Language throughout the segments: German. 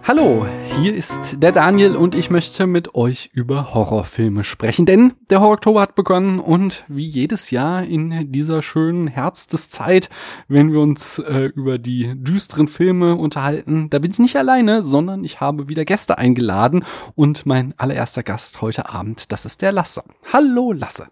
Hallo, hier ist der Daniel und ich möchte mit euch über Horrorfilme sprechen, denn der Horror-Oktober hat begonnen und wie jedes Jahr in dieser schönen Herbsteszeit, wenn wir uns über die düsteren Filme unterhalten, da bin ich nicht alleine, sondern ich habe wieder Gäste eingeladen und mein allererster Gast heute Abend, das ist der Lasse. Hallo Lasse.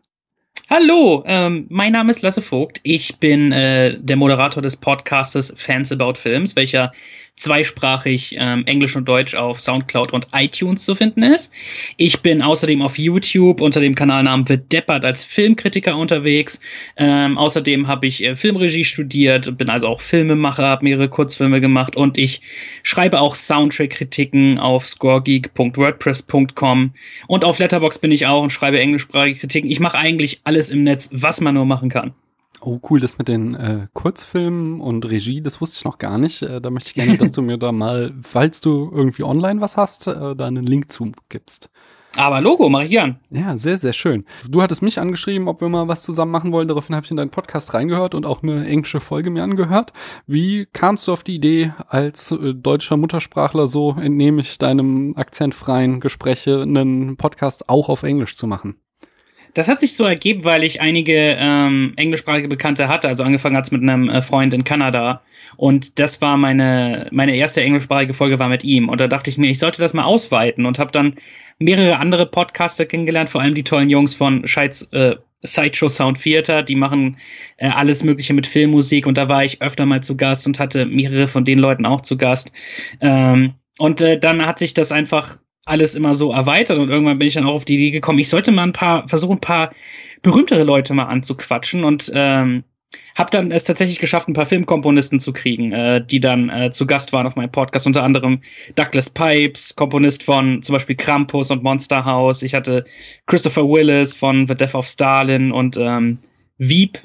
Hallo, mein Name ist Lasse Vogt. Ich bin der Moderator des Podcastes Fans About Films, welcher zweisprachig Englisch und Deutsch auf Soundcloud und iTunes zu finden ist. Ich bin außerdem auf YouTube unter dem Kanalnamen The Deppert als Filmkritiker unterwegs. Außerdem habe ich Filmregie studiert, bin also auch Filmemacher, habe mehrere Kurzfilme gemacht und ich schreibe auch Soundtrack-Kritiken auf scoregeek.wordpress.com und auf Letterboxd bin ich auch und schreibe englischsprachige Kritiken. Ich mache eigentlich alles im Netz, was man nur machen kann. Oh, cool, das mit den Kurzfilmen und Regie, das wusste ich noch gar nicht. Da möchte ich gerne, dass du mir da mal, falls du irgendwie online was hast, da einen Link zu gibst. Aber Logo, mache ich gern. Ja, sehr, sehr schön. Du hattest mich angeschrieben, ob wir mal was zusammen machen wollen. Daraufhin habe ich in deinen Podcast reingehört und auch eine englische Folge mir angehört. Wie kamst du auf die Idee, als deutscher Muttersprachler, so entnehme ich deinem akzentfreien Gespräche, einen Podcast auch auf Englisch zu machen? Das hat sich so ergeben, weil ich einige englischsprachige Bekannte hatte. Also angefangen hat's mit einem Freund in Kanada. Und das war meine erste englischsprachige Folge war mit ihm. Und da dachte ich mir, ich sollte das mal ausweiten und habe dann mehrere andere Podcaster kennengelernt, vor allem die tollen Jungs von Sideshow Sound Theater. Die machen alles Mögliche mit Filmmusik. Und da war ich öfter mal zu Gast und hatte mehrere von den Leuten auch zu Gast. Dann hat sich das einfach alles immer so erweitert und irgendwann bin ich dann auch auf die Idee gekommen, ich sollte mal versuchen, ein paar berühmtere Leute mal anzuquatschen und habe dann es tatsächlich geschafft, ein paar Filmkomponisten zu kriegen, die dann zu Gast waren auf meinem Podcast, unter anderem Douglas Pipes, Komponist von zum Beispiel Krampus und Monster House. Ich hatte Christopher Willis von The Death of Stalin und Veep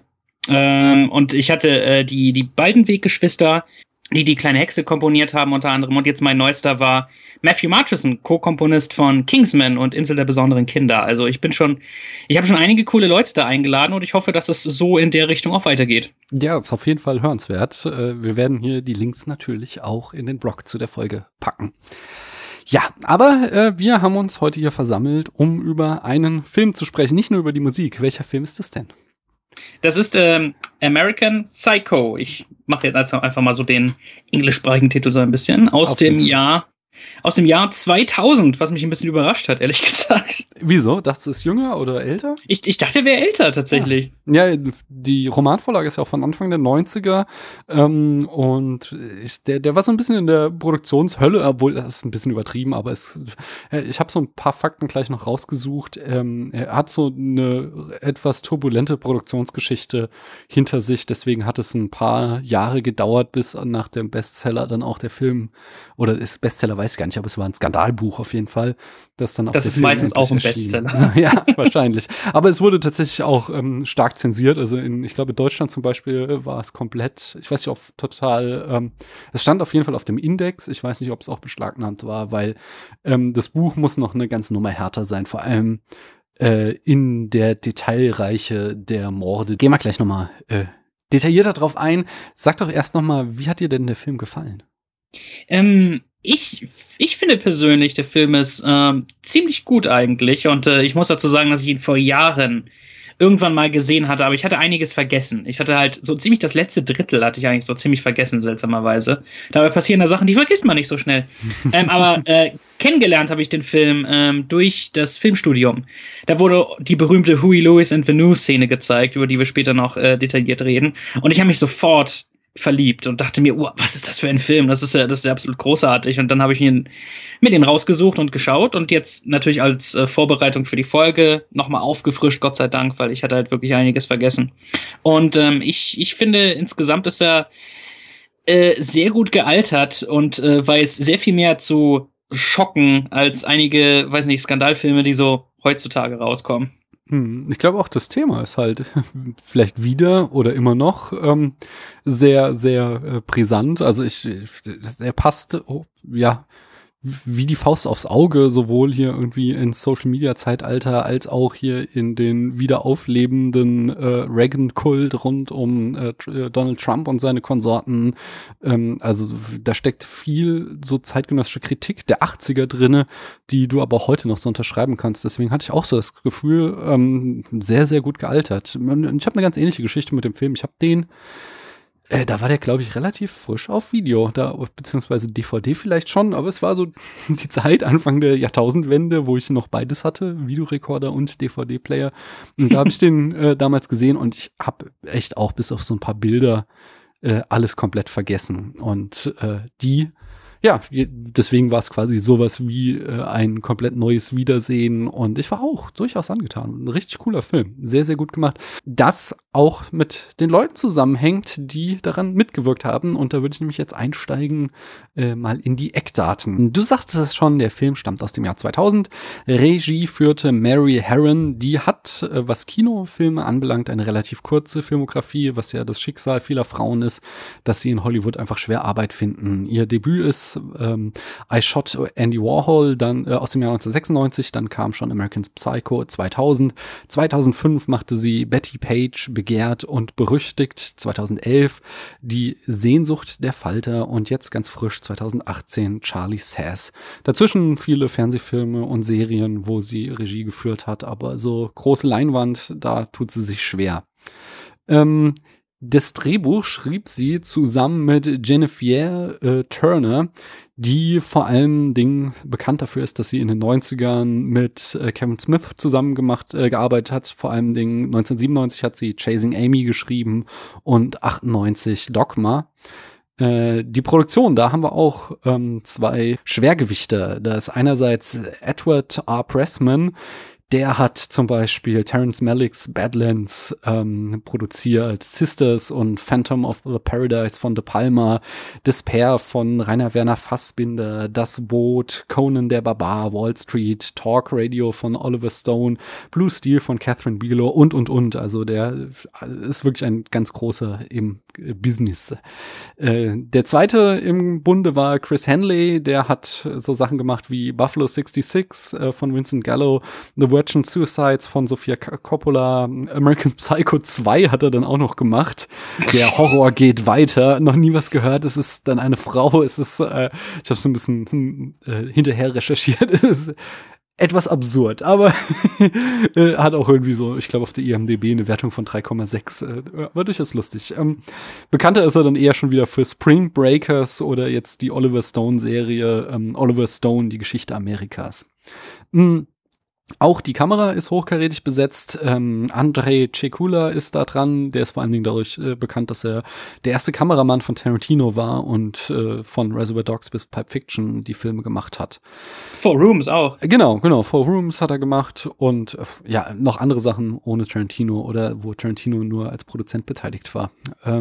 und ich hatte die Baldenweg-Geschwister, die kleine Hexe komponiert haben unter anderem. Und jetzt mein neuester war Matthew Marchison, Co-Komponist von Kingsman und Insel der besonderen Kinder. Also ich habe schon einige coole Leute da eingeladen und ich hoffe, dass es so in der Richtung auch weitergeht. Ja, das ist auf jeden Fall hörenswert. Wir werden hier die Links natürlich auch in den Blog zu der Folge packen. Ja, aber wir haben uns heute hier versammelt, um über einen Film zu sprechen, nicht nur über die Musik. Welcher Film ist das denn? Das ist American Psycho. Ich mache jetzt also einfach mal so den englischsprachigen Titel so ein bisschen. Aus dem Jahr 2000, was mich ein bisschen überrascht hat, ehrlich gesagt. Wieso? Dachtest du, es ist jünger oder älter? Ich dachte, er wäre älter, tatsächlich. Ja, die Romanvorlage ist ja auch von Anfang der 90er und der war so ein bisschen in der Produktionshölle, obwohl das ist ein bisschen übertrieben, aber ich habe so ein paar Fakten gleich noch rausgesucht. Er hat so eine etwas turbulente Produktionsgeschichte hinter sich, deswegen hat es ein paar Jahre gedauert, bis nach dem Bestseller dann auch der Film, oder das Bestseller weiß ich gar nicht, aber es war ein Skandalbuch auf jeden Fall. Das ist meistens auch ein Bestseller. Ja, wahrscheinlich. Aber es wurde tatsächlich auch stark zensiert. Also ich glaube, in Deutschland zum Beispiel war es komplett, ich weiß nicht, auf total, es stand auf jeden Fall auf dem Index. Ich weiß nicht, ob es auch beschlagnahmt war, weil das Buch muss noch eine ganze Nummer härter sein. Vor allem in der Detailreiche der Morde. Gehen wir gleich nochmal detaillierter drauf ein. Sag doch erst nochmal, wie hat dir denn der Film gefallen? Ich finde persönlich, der Film ist ziemlich gut eigentlich und ich muss dazu sagen, dass ich ihn vor Jahren irgendwann mal gesehen hatte, aber ich hatte einiges vergessen. Ich hatte halt so ziemlich das letzte Drittel hatte ich eigentlich so ziemlich vergessen, seltsamerweise. Dabei passieren da Sachen, die vergisst man nicht so schnell. Aber kennengelernt habe ich den Film durch das Filmstudium. Da wurde die berühmte Huey Lewis and the News-Szene gezeigt, über die wir später noch detailliert reden. Und ich habe mich sofort verliebt und dachte mir, was ist das für ein Film? Das ist ja absolut großartig. Und dann habe ich mir den rausgesucht und geschaut und jetzt natürlich als Vorbereitung für die Folge nochmal aufgefrischt, Gott sei Dank, weil ich hatte halt wirklich einiges vergessen. Und ich finde, insgesamt ist er sehr gut gealtert und weiß sehr viel mehr zu schocken als einige, weiß nicht, Skandalfilme, die so heutzutage rauskommen. Ich glaube auch, das Thema ist halt vielleicht wieder oder immer noch sehr, sehr brisant. Also er passt, wie die Faust aufs Auge, sowohl hier irgendwie in Social-Media-Zeitalter als auch hier in den wieder auflebenden Reagan-Kult rund um Donald Trump und seine Konsorten. Also da steckt viel so zeitgenössische Kritik der 80er drinne, die du aber auch heute noch so unterschreiben kannst. Deswegen hatte ich auch so das Gefühl, sehr, sehr gut gealtert. Ich habe eine ganz ähnliche Geschichte mit dem Film. Ich habe den da war der, glaube ich, relativ frisch auf Video, beziehungsweise DVD vielleicht schon, aber es war so die Zeit, Anfang der Jahrtausendwende, wo ich noch beides hatte, Videorekorder und DVD-Player. Und da habe ich den damals gesehen und ich habe echt auch bis auf so ein paar Bilder alles komplett vergessen. Und deswegen war es quasi sowas wie ein komplett neues Wiedersehen und ich war auch durchaus angetan. Ein richtig cooler Film. Sehr, sehr gut gemacht. Das auch mit den Leuten zusammenhängt, die daran mitgewirkt haben. Und da würde ich nämlich jetzt einsteigen mal in die Eckdaten. Du sagtest es schon, der Film stammt aus dem Jahr 2000. Regie führte Mary Harron. Die hat, was Kinofilme anbelangt, eine relativ kurze Filmografie, was ja das Schicksal vieler Frauen ist, dass sie in Hollywood einfach schwer Arbeit finden. Ihr Debüt ist I Shot Andy Warhol, dann aus dem Jahr 1996, dann kam schon American Psycho 2000. 2005 machte sie Betty Page, begehrt und berüchtigt. 2011 Die Sehnsucht der Falter und jetzt ganz frisch 2018 Charlie Says. Dazwischen viele Fernsehfilme und Serien, wo sie Regie geführt hat, aber so große Leinwand, da tut sie sich schwer. Das Drehbuch schrieb sie zusammen mit Jennifer Turner, die vor allem bekannt dafür ist, dass sie in den 90ern mit Kevin Smith zusammen gearbeitet hat. Vor allem 1997 hat sie Chasing Amy geschrieben und 98 Dogma. Die Produktion, da haben wir auch zwei Schwergewichte. Da ist einerseits Edward R. Pressman. Der hat zum Beispiel Terrence Malicks Badlands produziert, Sisters und Phantom of the Paradise von De Palma, Despair von Rainer Werner Fassbinder, Das Boot, Conan der Barbar, Wall Street, Talk Radio von Oliver Stone, Blue Steel von Catherine Bigelow und. Also der ist wirklich ein ganz großer im Business. Der zweite im Bunde war Chris Henley, der hat so Sachen gemacht wie Buffalo 66 von Vincent Gallo, The Virgin Suicides von Sofia Coppola, American Psycho 2 hat er dann auch noch gemacht. Der Horror geht weiter, noch nie was gehört, es ist dann eine Frau, es ist, ich habe so ein bisschen hinterher recherchiert, es ist etwas absurd, aber hat auch irgendwie so, ich glaube auf der IMDb eine Wertung von 3,6, war durchaus lustig. Bekannter ist er dann eher schon wieder für Spring Breakers oder jetzt die Oliver Stone Serie, Oliver Stone, die Geschichte Amerikas. Auch die Kamera ist hochkarätig besetzt. Andrei Cekula ist da dran. Der ist vor allen Dingen dadurch bekannt, dass er der erste Kameramann von Tarantino war und von Reservoir Dogs bis Pulp Fiction die Filme gemacht hat. Four Rooms auch. Genau. Four Rooms hat er gemacht und ja, noch andere Sachen ohne Tarantino oder wo Tarantino nur als Produzent beteiligt war.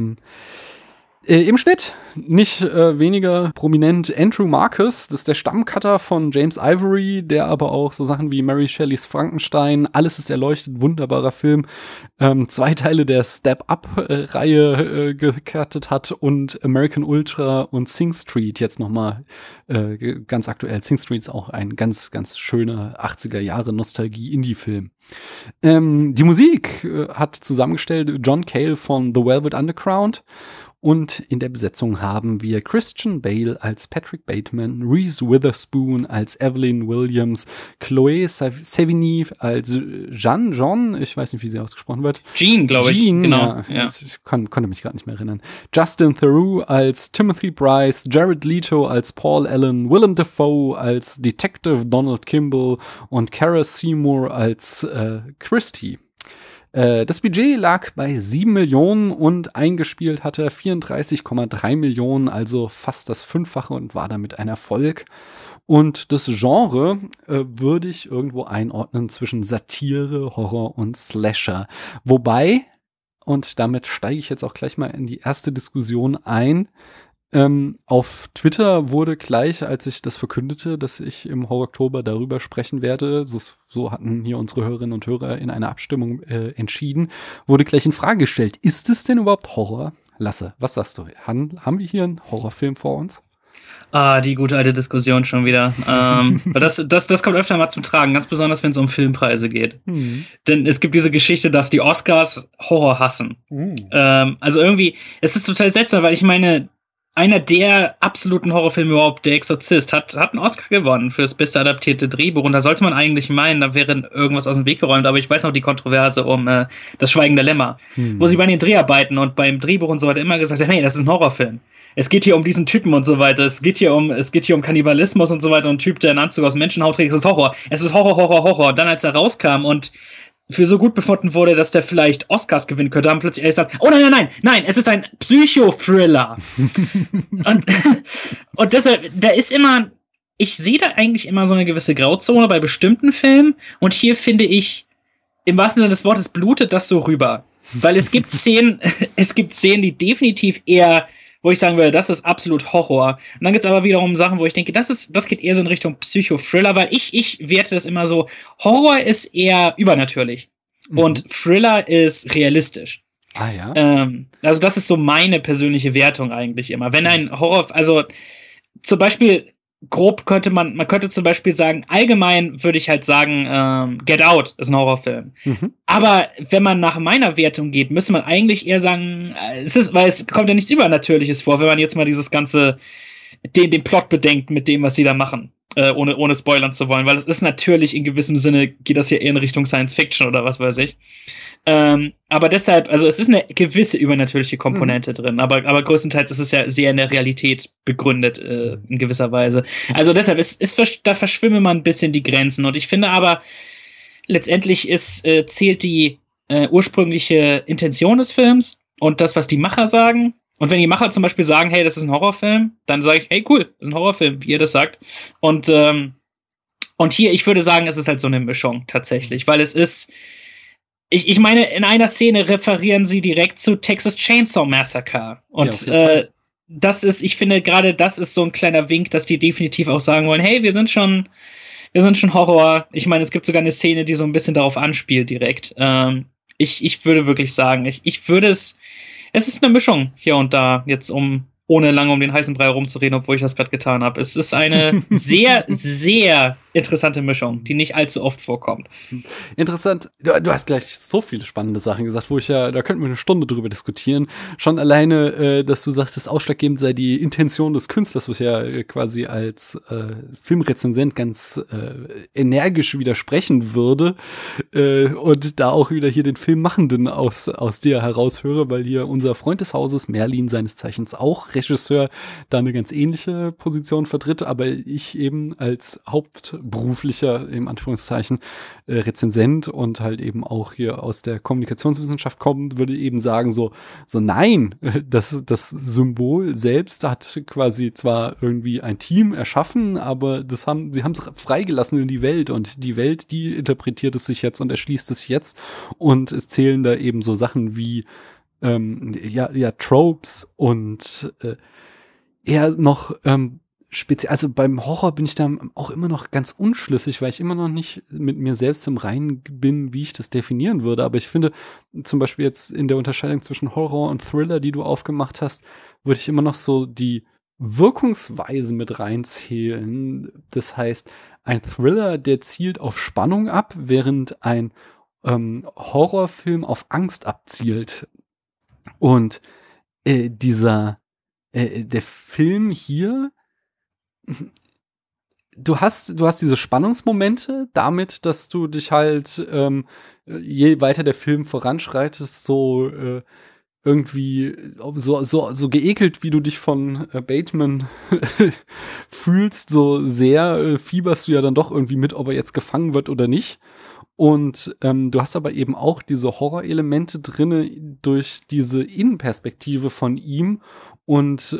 Im Schnitt nicht weniger prominent Andrew Marcus, das ist der Stammcutter von James Ivory, der aber auch so Sachen wie Mary Shelleys Frankenstein, Alles ist erleuchtet, wunderbarer Film, 2 Teile der Step-Up-Reihe gecuttet hat und American Ultra und Sing Street jetzt nochmal ganz aktuell. Sing Street ist auch ein ganz, ganz schöner 80er-Jahre-Nostalgie-Indie-Film. Die Musik hat zusammengestellt John Cale von The Velvet Underground. Und in der Besetzung haben wir Christian Bale als Patrick Bateman, Reese Witherspoon als Evelyn Williams, Chloe Sevigny als Jeanne, ich weiß nicht, wie sie ausgesprochen wird. Jean, glaube ich. Jean, genau. Ja. Ich konnte mich gerade nicht mehr erinnern. Justin Theroux als Timothy Bryce, Jared Leto als Paul Allen, Willem Dafoe als Detective Donald Kimball und Cara Seymour als Christie. Das Budget lag bei 7 Millionen und eingespielt hatte 34,3 Millionen, also fast das 5-fache und war damit ein Erfolg. Und das Genre würde ich irgendwo einordnen zwischen Satire, Horror und Slasher. Wobei, und damit steige ich jetzt auch gleich mal in die erste Diskussion ein, auf Twitter wurde gleich, als ich das verkündete, dass ich im Horror-Oktober darüber sprechen werde, so hatten hier unsere Hörerinnen und Hörer in einer Abstimmung entschieden, wurde gleich in Frage gestellt, ist es denn überhaupt Horror? Lasse, was sagst du? Haben wir hier einen Horrorfilm vor uns? Die gute alte Diskussion schon wieder. Das kommt öfter mal zum Tragen, ganz besonders, wenn es um Filmpreise geht. Denn es gibt diese Geschichte, dass die Oscars Horror hassen. Also irgendwie, es ist total seltsam, weil ich meine, einer der absoluten Horrorfilme überhaupt, Der Exorzist, hat einen Oscar gewonnen für das beste adaptierte Drehbuch. Und da sollte man eigentlich meinen, da wäre irgendwas aus dem Weg geräumt. Aber ich weiß noch die Kontroverse um Das Schweigen der Lämmer, wo sie bei den Dreharbeiten und beim Drehbuch und so weiter immer gesagt haben, hey, das ist ein Horrorfilm. Es geht hier um diesen Typen und so weiter. Es geht hier um Kannibalismus und so weiter. Und ein Typ, der einen Anzug aus Menschenhaut trägt. Es ist Horror. Es ist Horror, Horror, Horror. Und dann, als er rauskam und für so gut befunden wurde, dass der vielleicht Oscars gewinnen könnte, haben plötzlich alle gesagt, oh nein, es ist ein Psychothriller. und deshalb, da ist immer, ich sehe da eigentlich immer so eine gewisse Grauzone bei bestimmten Filmen und hier finde ich, im wahrsten Sinne des Wortes blutet das so rüber. Weil es gibt Szenen, die definitiv eher, wo ich sagen würde, das ist absolut Horror. Und dann gibt es aber wiederum Sachen, wo ich denke, das geht eher so in Richtung Psychothriller, weil ich werte das immer so, Horror ist eher übernatürlich und Thriller ist realistisch. Ah ja? Also das ist so meine persönliche Wertung eigentlich immer. Wenn ein Horror, also zum Beispiel grob man könnte zum Beispiel sagen, allgemein würde ich halt sagen, Get Out ist ein Horrorfilm. Aber wenn man nach meiner Wertung geht, müsste man eigentlich eher sagen, weil es kommt ja nichts Übernatürliches vor, wenn man jetzt mal dieses ganze, den Plot bedenkt mit dem, was sie da machen, ohne spoilern zu wollen, weil es ist natürlich in gewissem Sinne, geht das ja eher in Richtung Science Fiction oder was weiß ich. Aber deshalb, also es ist eine gewisse übernatürliche Komponente drin, aber größtenteils ist es ja sehr in der Realität begründet, in gewisser Weise. Also deshalb, da verschwimmen man ein bisschen die Grenzen und ich finde aber, letztendlich zählt die ursprüngliche Intention des Films und das, was die Macher sagen. Und wenn die Macher zum Beispiel sagen, hey, das ist ein Horrorfilm, dann sage ich, hey, cool, das ist ein Horrorfilm, wie ihr das sagt. Und hier, ich würde sagen, es ist halt so eine Mischung tatsächlich, weil es ist, ich meine, in einer Szene referieren sie direkt zu Texas Chainsaw Massacre. Und ich finde, gerade das ist so ein kleiner Wink, dass die definitiv auch sagen wollen, hey, wir sind schon Horror. Ich meine, es gibt sogar eine Szene, die so ein bisschen darauf anspielt direkt. Ich würde wirklich sagen, es ist eine Mischung hier und da, jetzt ohne lange um den heißen Brei rumzureden, obwohl ich das gerade getan habe. Es ist eine sehr, sehr interessante Mischung, die nicht allzu oft vorkommt. Interessant. Du hast gleich so viele spannende Sachen gesagt, da könnten wir eine Stunde drüber diskutieren. Schon alleine, dass du sagst, das ausschlaggebend sei die Intention des Künstlers, was ich ja quasi als Filmrezensent ganz energisch widersprechen würde. Und da auch wieder hier den Filmmachenden aus dir heraushöre, weil hier unser Freund des Hauses, Merlin, seines Zeichens auch Regisseur, da eine ganz ähnliche Position vertritt, aber ich eben als hauptberuflicher, im Anführungszeichen, Rezensent und halt eben auch hier aus der Kommunikationswissenschaft kommt, würde eben sagen so nein, das Symbol selbst hat quasi zwar irgendwie ein Team erschaffen, aber sie haben es freigelassen in die Welt und die Welt, die interpretiert es sich jetzt und erschließt es sich jetzt und es zählen da eben so Sachen wie Tropes und eher noch speziell, also beim Horror bin ich da auch immer noch ganz unschlüssig, weil ich immer noch nicht mit mir selbst im Reinen bin, wie ich das definieren würde. Aber ich finde, zum Beispiel jetzt in der Unterscheidung zwischen Horror und Thriller, die du aufgemacht hast, würde ich immer noch so die Wirkungsweise mit reinzählen. Das heißt, ein Thriller, der zielt auf Spannung ab, während ein Horrorfilm auf Angst abzielt. Und der Film hier, du hast diese Spannungsmomente damit, dass du dich halt je weiter der Film voranschreitest, so irgendwie so geekelt, wie du dich von Bateman fühlst, so sehr fieberst du ja dann doch irgendwie mit, ob er jetzt gefangen wird oder nicht. Und du hast aber eben auch diese Horrorelemente drinne durch diese Innenperspektive von ihm und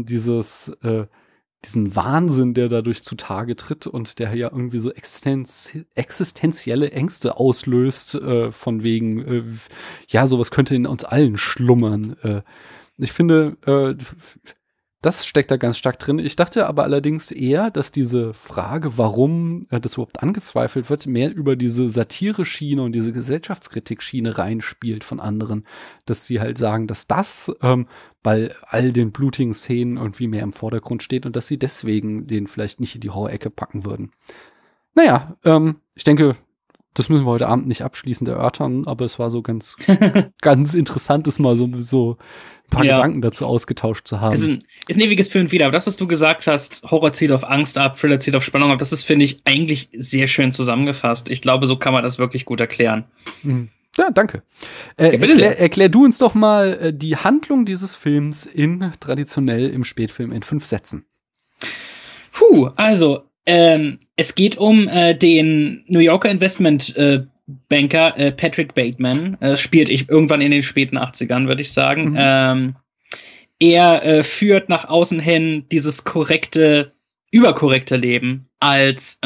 diesen Wahnsinn, der dadurch zutage tritt und der ja irgendwie so existenzielle Ängste auslöst, von wegen, sowas könnte in uns allen schlummern. Ich finde, Das steckt da ganz stark drin. Ich dachte aber allerdings eher, dass diese Frage, warum das überhaupt angezweifelt wird, mehr über diese Satire-Schiene und diese Gesellschaftskritik-Schiene reinspielt von anderen. Dass sie halt sagen, dass das bei all den blutigen Szenen irgendwie mehr im Vordergrund steht und dass sie deswegen den vielleicht nicht in die Horror-Ecke packen würden. Naja, ich denke, das müssen wir heute Abend nicht abschließend erörtern, aber es war so ganz, ganz interessant, das mal so ein paar Gedanken dazu ausgetauscht zu haben. Ist ein ewiges Für und Wider. Aber das, was du gesagt hast, Horror zielt auf Angst ab, Thriller zielt auf Spannung ab, das ist, finde ich, eigentlich sehr schön zusammengefasst. Ich glaube, so kann man das wirklich gut erklären. Ja, danke. Erklär du uns doch mal die Handlung dieses Films traditionell im Spätfilm in 5 Sätzen. Also, es geht um den New Yorker Investmentbanker Patrick Bateman. Spielt irgendwann in den späten 80ern, würde ich sagen. Er führt nach außen hin dieses überkorrekte Leben als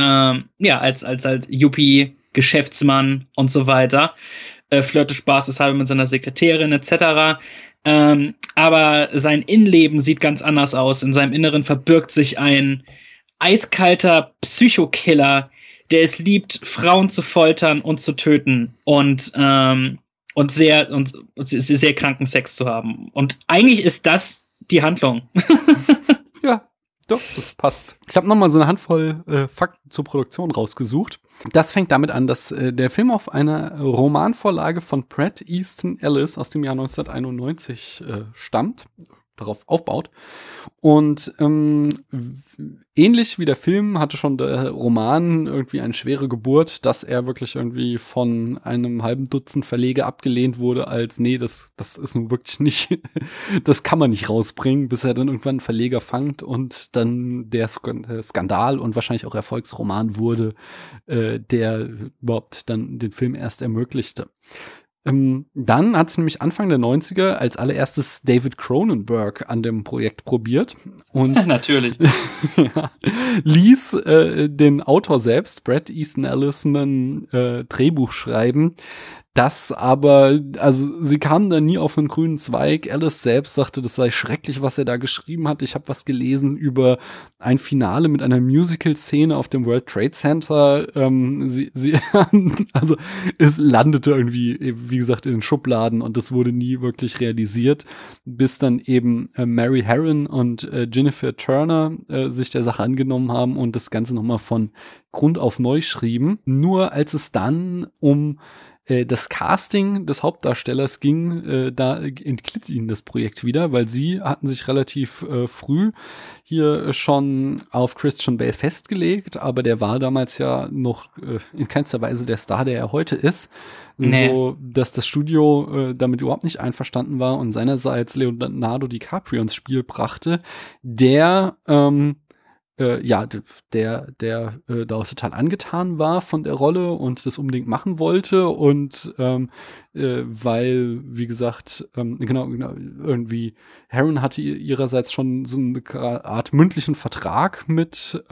Yuppie-Geschäftsmann und so weiter. Flirte spaßeshalber mit seiner Sekretärin etc. Aber sein Innenleben sieht ganz anders aus. In seinem Inneren verbirgt sich ein eiskalter Psychokiller, der es liebt, Frauen zu foltern und zu töten und sehr kranken Sex zu haben. Und eigentlich ist das die Handlung. Ja, doch, das passt. Ich habe noch mal so eine Handvoll Fakten zur Produktion rausgesucht. Das fängt damit an, dass der Film auf einer Romanvorlage von Bret Easton Ellis aus dem Jahr 1991 stammt, darauf aufbaut. Und ähnlich wie der Film hatte schon der Roman irgendwie eine schwere Geburt, dass er wirklich irgendwie von einem halben Dutzend Verleger abgelehnt wurde als, nee, das ist nun wirklich nicht, das kann man nicht rausbringen, bis er dann irgendwann einen Verleger fangt und dann der Skandal und wahrscheinlich auch Erfolgsroman wurde, der überhaupt dann den Film erst ermöglichte. Dann hat es nämlich Anfang der 90er als allererstes David Cronenberg an dem Projekt probiert und natürlich ließ den Autor selbst, Bret Easton Ellis, ein Drehbuch schreiben. Das aber, also sie kamen da nie auf einen grünen Zweig. Ellis selbst sagte, das sei schrecklich, was er da geschrieben hat. Ich habe was gelesen über ein Finale mit einer Musical-Szene auf dem World Trade Center. Also es landete irgendwie, wie gesagt, in den Schubladen und das wurde nie wirklich realisiert, bis dann eben Mary Harron und Jennifer Turner sich der Sache angenommen haben und das Ganze nochmal von Grund auf neu schrieben. Nur als es dann um das Casting des Hauptdarstellers ging, da entglitt ihnen das Projekt wieder, weil sie hatten sich relativ früh hier schon auf Christian Bale festgelegt, aber der war damals ja noch in keinster Weise der Star, der er heute ist. Nee. So, dass das Studio damit überhaupt nicht einverstanden war und seinerseits Leonardo DiCaprio ins Spiel brachte, der der da auch total angetan war von der Rolle und das unbedingt machen wollte und weil, wie gesagt, genau, irgendwie Harron hatte ihrerseits schon so eine Art mündlichen Vertrag mit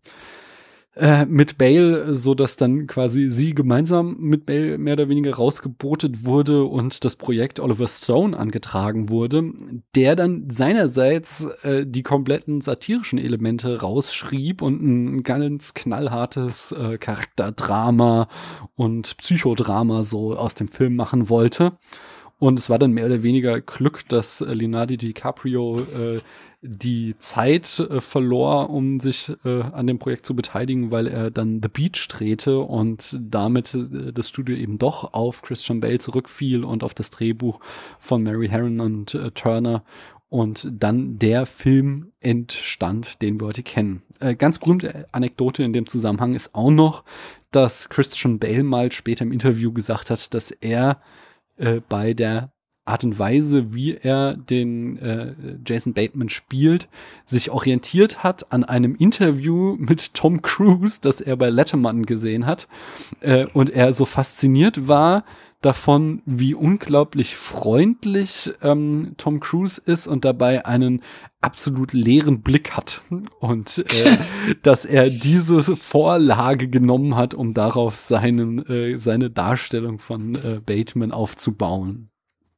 Bale, so dass dann quasi sie gemeinsam mit Bale mehr oder weniger rausgebotet wurde und das Projekt Oliver Stone angetragen wurde, der dann seinerseits die kompletten satirischen Elemente rausschrieb und ein ganz knallhartes Charakterdrama und Psychodrama so aus dem Film machen wollte. Und es war dann mehr oder weniger Glück, dass Leonardo DiCaprio die Zeit verlor, um sich an dem Projekt zu beteiligen, weil er dann The Beach drehte und damit das Studio eben doch auf Christian Bale zurückfiel und auf das Drehbuch von Mary Harron und Turner und dann der Film entstand, den wir heute kennen. Ganz berühmte Anekdote in dem Zusammenhang ist auch noch, dass Christian Bale mal später im Interview gesagt hat, dass er bei der Art und Weise, wie er den Jason Bateman spielt, sich orientiert hat an einem Interview mit Tom Cruise, das er bei Letterman gesehen hat. Und er so fasziniert war davon, wie unglaublich freundlich Tom Cruise ist und dabei einen absolut leeren Blick hat. Und dass er diese Vorlage genommen hat, um darauf seine Darstellung von Bateman aufzubauen.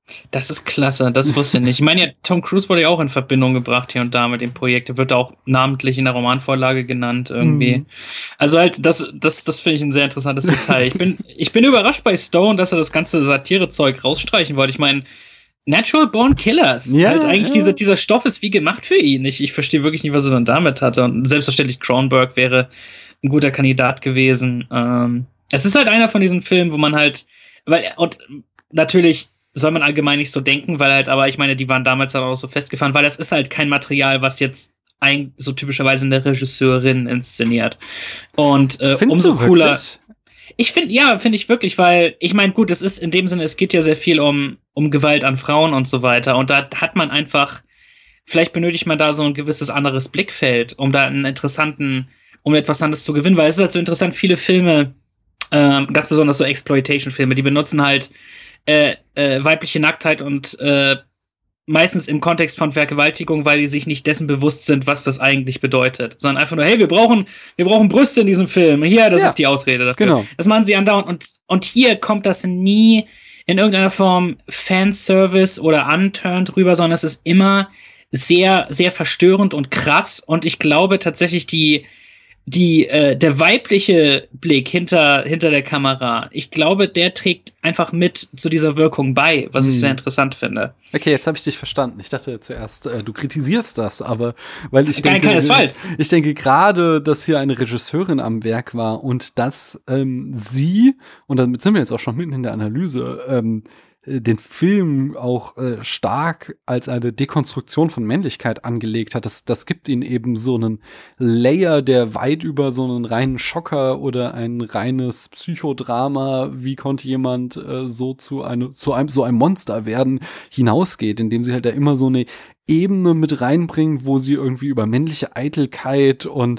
Das ist klasse, das wusste ich nicht. Ich meine, ja, Tom Cruise wurde ja auch in Verbindung gebracht hier und da mit dem Projekt. Er wird auch namentlich in der Romanvorlage genannt irgendwie. Also halt, das finde ich ein sehr interessantes Detail. Ich bin überrascht bei Stone, dass er das ganze Satire-Zeug rausstreichen wollte. Ich meine, Natural Born Killers. Ja, halt eigentlich dieser Stoff ist wie gemacht für ihn. Ich verstehe wirklich nicht, was er dann damit hatte. Und selbstverständlich Cronenberg wäre ein guter Kandidat gewesen. Es ist halt einer von diesen Filmen, wo man halt, und natürlich soll man allgemein nicht so denken, weil halt, aber ich meine, die waren damals halt auch so festgefahren, weil das ist halt kein Material, was jetzt so typischerweise eine Regisseurin inszeniert. Und umso cooler. Finde ich wirklich, weil, ich meine, gut, es ist in dem Sinne, es geht ja sehr viel um Gewalt an Frauen und so weiter. Und da hat man einfach, vielleicht benötigt man da so ein gewisses anderes Blickfeld, um da um etwas anderes zu gewinnen, weil es ist halt so interessant, viele Filme, ganz besonders so Exploitation-Filme, die benutzen halt weibliche Nacktheit und meistens im Kontext von Vergewaltigung, weil die sich nicht dessen bewusst sind, was das eigentlich bedeutet. Sondern einfach nur, hey, wir brauchen Brüste in diesem Film. Hier, das ist die Ausrede dafür. Genau. Das machen sie andauernd. Und hier kommt das nie in irgendeiner Form Fanservice oder unturned rüber, sondern es ist immer sehr, sehr verstörend und krass. Und ich glaube tatsächlich, der weibliche Blick hinter der Kamera, ich glaube, der trägt einfach mit zu dieser Wirkung bei, was ich sehr interessant finde. Okay, jetzt habe ich dich verstanden. Ich dachte zuerst, du kritisierst das, aber weil ich denke, keinesfalls. Ich denke gerade, dass hier eine Regisseurin am Werk war und dass sie, und damit sind wir jetzt auch schon mitten in der Analyse, den Film auch stark als eine Dekonstruktion von Männlichkeit angelegt hat. Das gibt ihnen eben so einen Layer, der weit über so einen reinen Schocker oder ein reines Psychodrama, wie konnte jemand so zu einem Monster werden, hinausgeht, indem sie halt da immer so eine Ebene mit reinbringen, wo sie irgendwie über männliche Eitelkeit und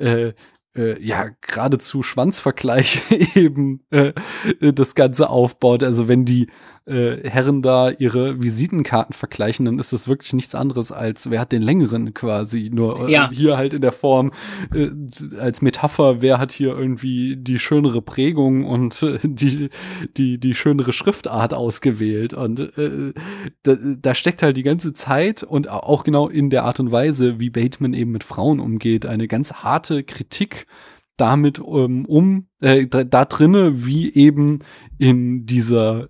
geradezu Schwanzvergleich eben das Ganze aufbaut. Also wenn die Herren da ihre Visitenkarten vergleichen, dann ist das wirklich nichts anderes als, wer hat den längeren quasi. Nur hier halt in der Form als Metapher, wer hat hier irgendwie die schönere Prägung und die schönere Schriftart ausgewählt. Und da steckt halt die ganze Zeit und auch genau in der Art und Weise, wie Bateman eben mit Frauen umgeht, eine ganz harte Kritik damit da drinne, wie eben in dieser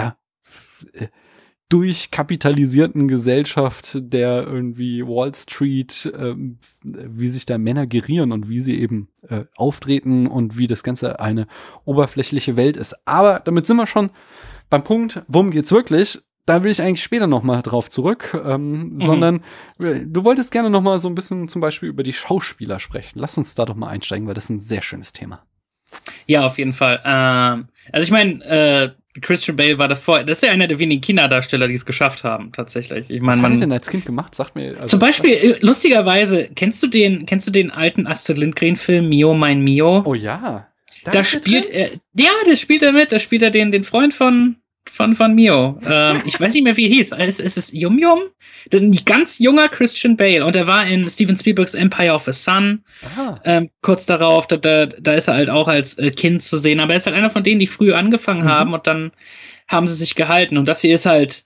durchkapitalisierten Gesellschaft der irgendwie Wall Street, wie sich da Männer gerieren und wie sie eben auftreten und wie das Ganze eine oberflächliche Welt ist. Aber damit sind wir schon beim Punkt, worum geht's wirklich? Da will ich eigentlich später noch mal drauf zurück, sondern du wolltest gerne noch mal so ein bisschen zum Beispiel über die Schauspieler sprechen. Lass uns da doch mal einsteigen, weil das ist ein sehr schönes Thema. Ja, auf jeden Fall. Also ich meine, Christian Bale war davor, das ist ja einer der wenigen Kinderdarsteller, die es geschafft haben, tatsächlich. Ich mein, was hat er denn als Kind gemacht? Sagt mir. Also, zum Beispiel, lustigerweise, kennst du den alten Astrid Lindgren-Film Mio, mein Mio? Oh ja. Da spielt er, da spielt er mit, da spielt er den Freund von Mio. Ich weiß nicht mehr, wie er hieß. Ist es Yum Yum? Ein ganz junger Christian Bale. Und er war in Steven Spielbergs Empire of the Sun. Kurz darauf, da ist er halt auch als Kind zu sehen. Aber er ist halt einer von denen, die früh angefangen haben und dann haben sie sich gehalten. Und das hier ist halt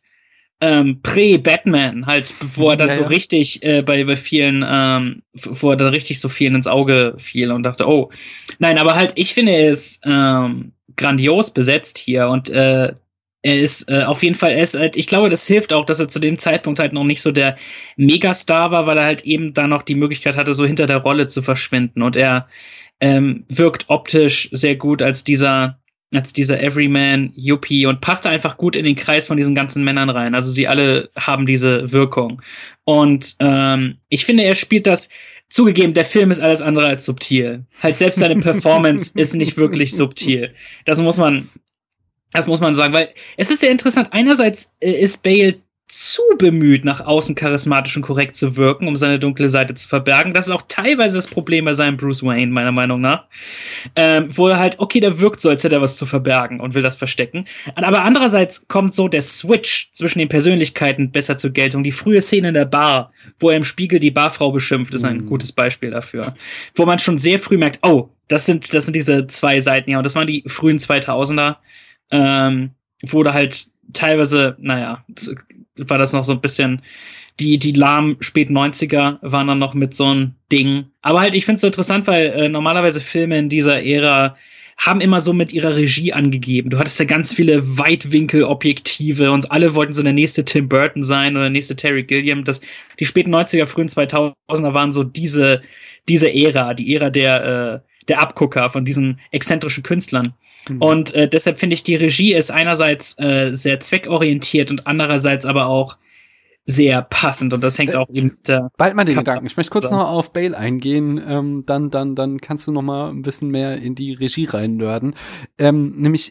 Prä-Batman, halt, wo er dann so richtig bei vielen, wo er dann richtig so vielen ins Auge fiel und dachte, oh. Nein, aber halt, ich finde, er ist grandios besetzt hier und er ist auf jeden Fall, ich glaube, das hilft auch, dass er zu dem Zeitpunkt halt noch nicht so der Megastar war, weil er halt eben da noch die Möglichkeit hatte, so hinter der Rolle zu verschwinden. Und er wirkt optisch sehr gut als dieser Everyman-Yuppie und passt da einfach gut in den Kreis von diesen ganzen Männern rein. Also sie alle haben diese Wirkung. Und ich finde, er spielt das, zugegeben, der Film ist alles andere als subtil. Halt selbst seine Performance ist nicht wirklich subtil. Das muss man sagen, weil es ist sehr interessant. Einerseits ist Bale zu bemüht, nach außen charismatisch und korrekt zu wirken, um seine dunkle Seite zu verbergen. Das ist auch teilweise das Problem bei seinem Bruce Wayne, meiner Meinung nach. Wo er halt, okay, der wirkt so, als hätte er was zu verbergen und will das verstecken. Aber andererseits kommt so der Switch zwischen den Persönlichkeiten besser zur Geltung. Die frühe Szene in der Bar, wo er im Spiegel die Barfrau beschimpft, ist ein gutes Beispiel dafür. Wo man schon sehr früh merkt, oh, das sind diese zwei Seiten, ja, und das waren die frühen 2000er. Wo da halt teilweise, naja, war das noch so ein bisschen, die lahmen spät 90er waren dann noch mit so einem Ding. Aber halt, ich finde es so interessant, weil normalerweise Filme in dieser Ära haben immer so mit ihrer Regie angegeben. Du hattest ja ganz viele Weitwinkelobjektive und alle wollten so der nächste Tim Burton sein oder der nächste Terry Gilliam. Die späten 90er, frühen 2000er waren so diese Ära, die Ära der Abgucker von diesen exzentrischen Künstlern. Mhm. Und deshalb finde ich, die Regie ist einerseits sehr zweckorientiert und andererseits aber auch sehr passend, und das hängt auch eben mit der bald mal den Gedanken. Ich möchte kurz noch auf Bale eingehen, dann kannst du noch mal ein bisschen mehr in die Regie reinnörden. Nämlich,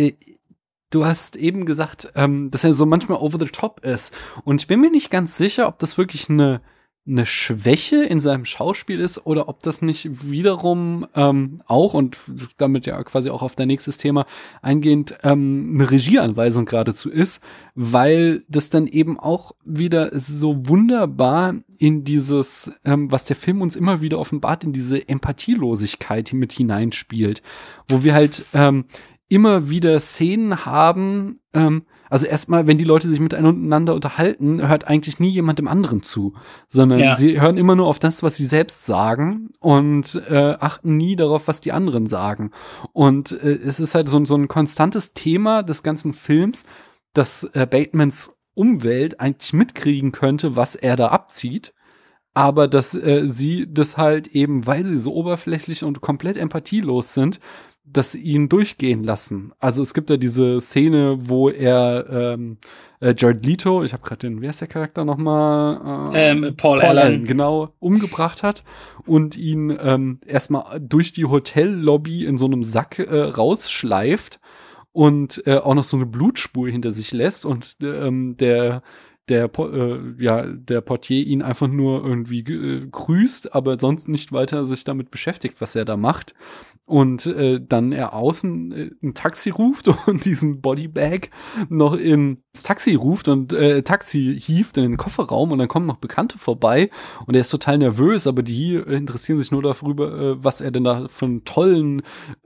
du hast eben gesagt, dass er so manchmal over the top ist. Und ich bin mir nicht ganz sicher, ob das wirklich eine Schwäche in seinem Schauspiel ist oder ob das nicht wiederum auch, und damit ja quasi auch auf dein nächstes Thema eingehend, eine Regieanweisung geradezu ist, weil das dann eben auch wieder so wunderbar in dieses, was der Film uns immer wieder offenbart, in diese Empathielosigkeit mit hineinspielt, wo wir halt immer wieder Szenen haben, also erstmal, wenn die Leute sich miteinander unterhalten, hört eigentlich nie jemand dem anderen zu, sondern sie hören immer nur auf das, was sie selbst sagen und achten nie darauf, was die anderen sagen. Und es ist halt so ein konstantes Thema des ganzen Films, dass Batemans Umwelt eigentlich mitkriegen könnte, was er da abzieht, aber dass sie das halt eben, weil sie so oberflächlich und komplett empathielos sind, dass sie ihn durchgehen lassen. Also es gibt ja diese Szene, wo er Jared Leto, ich habe gerade den, wer ist der Charakter nochmal? Paul Allen, genau, umgebracht hat und ihn erstmal durch die Hotellobby in so einem Sack rausschleift und auch noch so eine Blutspur hinter sich lässt und der Portier ihn einfach nur irgendwie grüßt, aber sonst nicht weiter sich damit beschäftigt, was er da macht. Und dann er außen ein Taxi ruft und diesen Bodybag noch ins Taxi ruft und Taxi hieft in den Kofferraum und dann kommen noch Bekannte vorbei und er ist total nervös, aber die interessieren sich nur darüber, was er denn da für einen tollen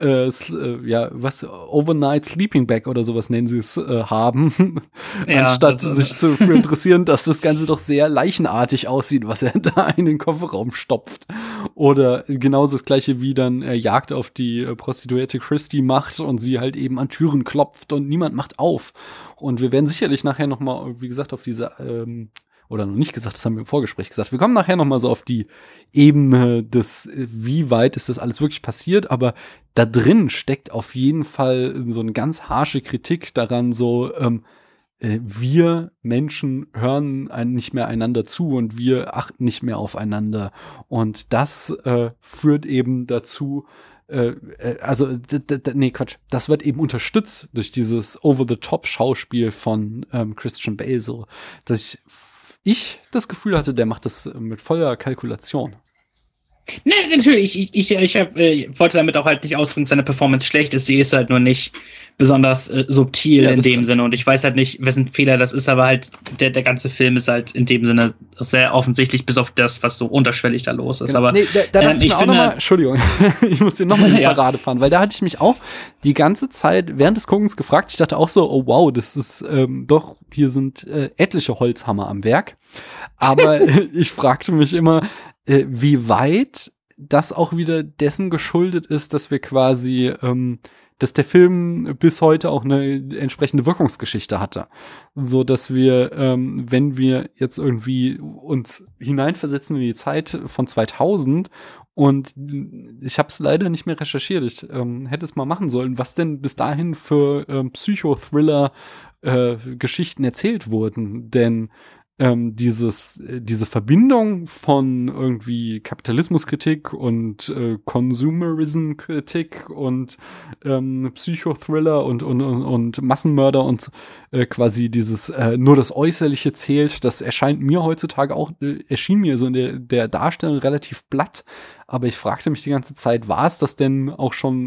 Overnight Sleeping Bag oder sowas nennen sie es haben, anstatt sich dafür interessieren, dass das Ganze doch sehr leichenartig aussieht, was er da in den Kofferraum stopft. Oder genauso das gleiche wie dann Jagd auf die Prostituierte Christie macht und sie halt eben an Türen klopft und niemand macht auf. Und wir werden sicherlich nachher noch mal, wie gesagt, auf diese oder noch nicht gesagt, das haben wir im Vorgespräch gesagt. Wir kommen nachher noch mal so auf die Ebene des, wie weit ist das alles wirklich passiert, aber da drin steckt auf jeden Fall so eine ganz harsche Kritik daran, so wir Menschen hören nicht mehr einander zu und wir achten nicht mehr aufeinander. Und das führt eben dazu, das wird eben unterstützt durch dieses Over-the-Top-Schauspiel von Christian Bale, so, dass ich das Gefühl hatte, der macht das mit voller Kalkulation. Ne, natürlich. Ich wollte damit auch halt nicht ausdrücken, dass seine Performance schlecht ist. Sie ist halt nur nicht besonders subtil in dem Sinne. Und ich weiß halt nicht, wessen Fehler das ist, aber halt der ganze Film ist halt in dem Sinne sehr offensichtlich, bis auf das, was so unterschwellig da los ist. Genau. Aber da dachte ich mir auch nochmal, Entschuldigung, ich muss dir nochmal in die Parade fahren, weil da hatte ich mich auch die ganze Zeit während des Guckens gefragt. Ich dachte auch so, oh wow, das ist doch, hier sind etliche Holzhammer am Werk. Aber ich fragte mich immer, wie weit das auch wieder dessen geschuldet ist, dass wir quasi, dass der Film bis heute auch eine entsprechende Wirkungsgeschichte hatte. So dass wir, wenn wir jetzt irgendwie uns hineinversetzen in die Zeit von 2000 und ich habe es leider nicht mehr recherchiert, ich hätte es mal machen sollen, was denn bis dahin für Psychothriller Geschichten erzählt wurden, denn diese Verbindung von irgendwie Kapitalismuskritik und Consumerism-Kritik und Psychothriller und Massenmörder und quasi dieses nur das Äußerliche zählt, das erscheint mir heutzutage auch, erschien mir so in der Darstellung relativ platt, aber ich fragte mich die ganze Zeit, war es das denn auch schon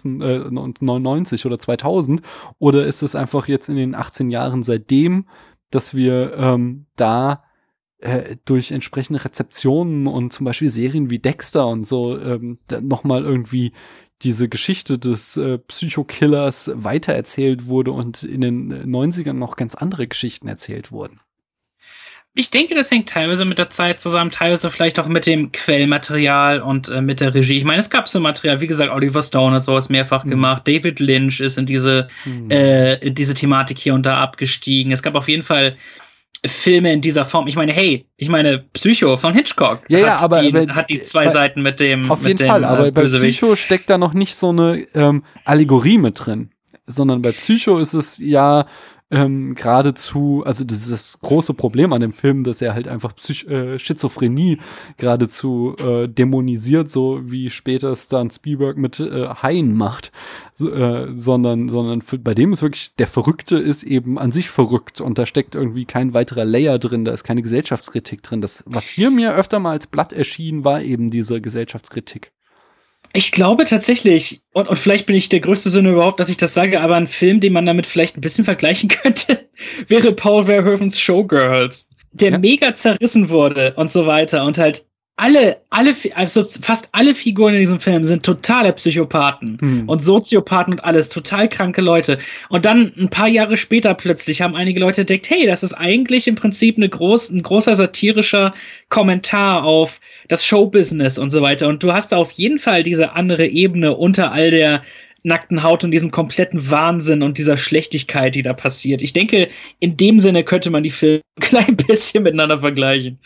1999 oder 2000 oder ist es einfach jetzt in den 18 Jahren seitdem, dass wir da durch entsprechende Rezeptionen und zum Beispiel Serien wie Dexter und so nochmal irgendwie diese Geschichte des Psychokillers weitererzählt wurde und in den 90ern noch ganz andere Geschichten erzählt wurden. Ich denke, das hängt teilweise mit der Zeit zusammen, teilweise vielleicht auch mit dem Quellmaterial und mit der Regie. Ich meine, es gab so Material, wie gesagt, Oliver Stone hat sowas mehrfach gemacht. David Lynch ist in diese Thematik hier und da abgestiegen. Es gab auf jeden Fall Filme in dieser Form. Ich meine, Psycho von Hitchcock hat die zwei Seiten mit dem auf jeden Fall, aber bei Psycho steckt da noch nicht so eine Allegorie mit drin, sondern bei Psycho ist es ja geradezu, also das ist das große Problem an dem Film, dass er halt einfach Schizophrenie geradezu dämonisiert, so wie später Steven Spielberg mit Haien macht, sondern bei dem ist wirklich, der Verrückte ist eben an sich verrückt und da steckt irgendwie kein weiterer Layer drin, da ist keine Gesellschaftskritik drin. Das, was hier mir öfter mal als Blatt erschien, war eben diese Gesellschaftskritik. Ich glaube tatsächlich, und vielleicht bin ich der größte Sünder überhaupt, dass ich das sage, aber ein Film, den man damit vielleicht ein bisschen vergleichen könnte, wäre Paul Verhoevens Showgirls, der mega zerrissen wurde und so weiter und halt also fast alle Figuren in diesem Film sind totale Psychopathen und Soziopathen und alles, total kranke Leute. Und dann ein paar Jahre später plötzlich haben einige Leute entdeckt, hey, das ist eigentlich im Prinzip ein großer satirischer Kommentar auf das Showbusiness und so weiter. Und du hast da auf jeden Fall diese andere Ebene unter all der nackten Haut und diesem kompletten Wahnsinn und dieser Schlechtigkeit, die da passiert. Ich denke, in dem Sinne könnte man die Filme ein klein bisschen miteinander vergleichen.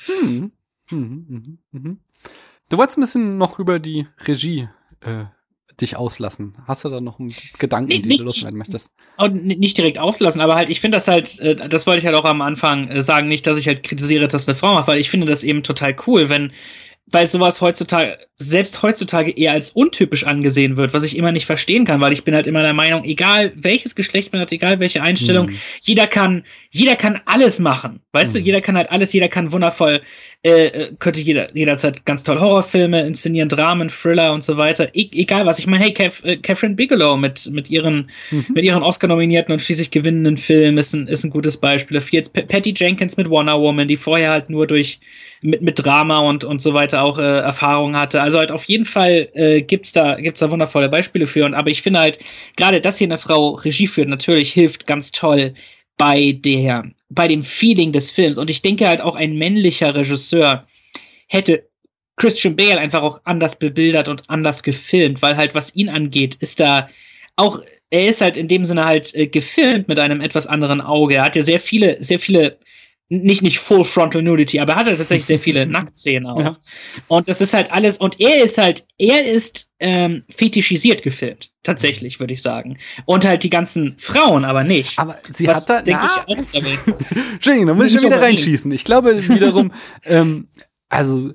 Du wolltest ein bisschen noch über die Regie dich auslassen. Hast du da noch einen Gedanken, die du loswerden möchtest? Nicht direkt auslassen, aber halt, ich finde das halt, das wollte ich halt auch am Anfang sagen, nicht, dass ich halt kritisiere, dass eine Frau macht, weil ich finde das eben total cool, weil sowas selbst heutzutage eher als untypisch angesehen wird, was ich immer nicht verstehen kann, weil ich bin halt immer der Meinung, egal welches Geschlecht man hat, egal welche Einstellung, jeder kann alles machen, weißt du, jeder kann halt alles, jeder kann wundervoll, könnte jederzeit ganz toll Horrorfilme inszenieren, Dramen, Thriller und so weiter, egal was, ich meine, hey, Catherine Bigelow mit ihren Oscar-nominierten und schließlich gewinnenden Filmen ist ein gutes Beispiel dafür. Jetzt Patty Jenkins mit Wonder Woman, die vorher halt nur mit Drama und so weiter auch Erfahrung hatte. Also halt auf jeden Fall gibt's da wundervolle Beispiele für. Aber ich finde halt, gerade dass hier eine Frau Regie führt, natürlich hilft ganz toll bei dem Feeling des Films. Und ich denke halt auch ein männlicher Regisseur hätte Christian Bale einfach auch anders bebildert und anders gefilmt, weil halt, was ihn angeht, ist da auch, er ist halt in dem Sinne halt gefilmt mit einem etwas anderen Auge. Er hat ja sehr viele nicht Full Frontal Nudity, aber er hat tatsächlich sehr viele Nacktszenen auch. Ja. Und das ist halt alles, und er ist fetischisiert gefilmt, tatsächlich, würde ich sagen. Und halt die ganzen Frauen aber nicht. Aber sie hat da, denke ich auch damit. Entschuldigung, da muss ich schon wieder reinschießen. Ich glaube wiederum, also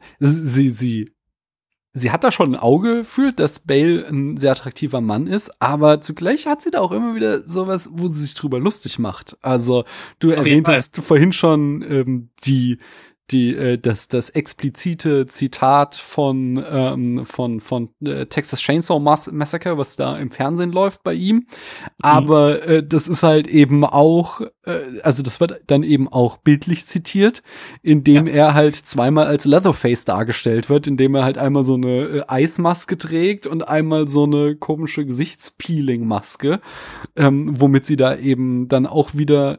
sie hat da schon ein Auge für, dass Bale ein sehr attraktiver Mann ist, aber zugleich hat sie da auch immer wieder sowas, wo sie sich drüber lustig macht. Also du erwähntest vorhin schon das explizite Zitat von Texas Chainsaw Massacre, was da im Fernsehen läuft bei ihm. Aber das ist halt eben auch, also das wird dann eben auch bildlich zitiert, indem er halt zweimal als Leatherface dargestellt wird, indem er halt einmal so eine Eismaske trägt und einmal so eine komische Gesichtspeeling-Maske, womit sie da eben dann auch wieder,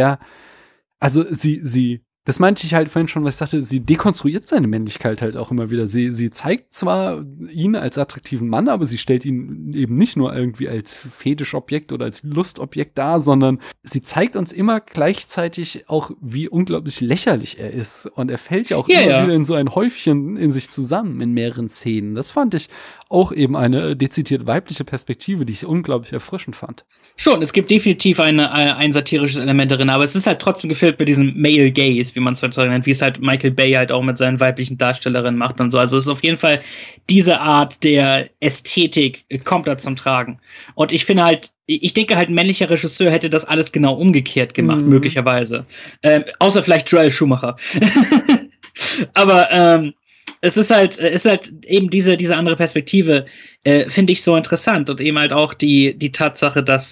also das meinte ich halt vorhin schon, was ich sagte, sie dekonstruiert seine Männlichkeit halt auch immer wieder. Sie zeigt zwar ihn als attraktiven Mann, aber sie stellt ihn eben nicht nur irgendwie als Fetischobjekt oder als Lustobjekt dar, sondern sie zeigt uns immer gleichzeitig auch, wie unglaublich lächerlich er ist. Und er fällt ja auch immer wieder in so ein Häufchen in sich zusammen in mehreren Szenen. Das fand ich auch eben eine dezidiert weibliche Perspektive, die ich unglaublich erfrischend fand. Schon, es gibt definitiv ein satirisches Element darin, aber es ist halt trotzdem gefüllt mit diesem Male Gaze, wie man es heutzutage nennt, wie es halt Michael Bay halt auch mit seinen weiblichen Darstellerinnen macht und so. Also es ist auf jeden Fall diese Art der Ästhetik kommt da zum Tragen. Und ich finde halt, ich denke halt, ein männlicher Regisseur hätte das alles genau umgekehrt gemacht, möglicherweise. Außer vielleicht Joel Schumacher. Aber es ist halt eben diese andere Perspektive, finde ich so interessant und eben halt auch die Tatsache, dass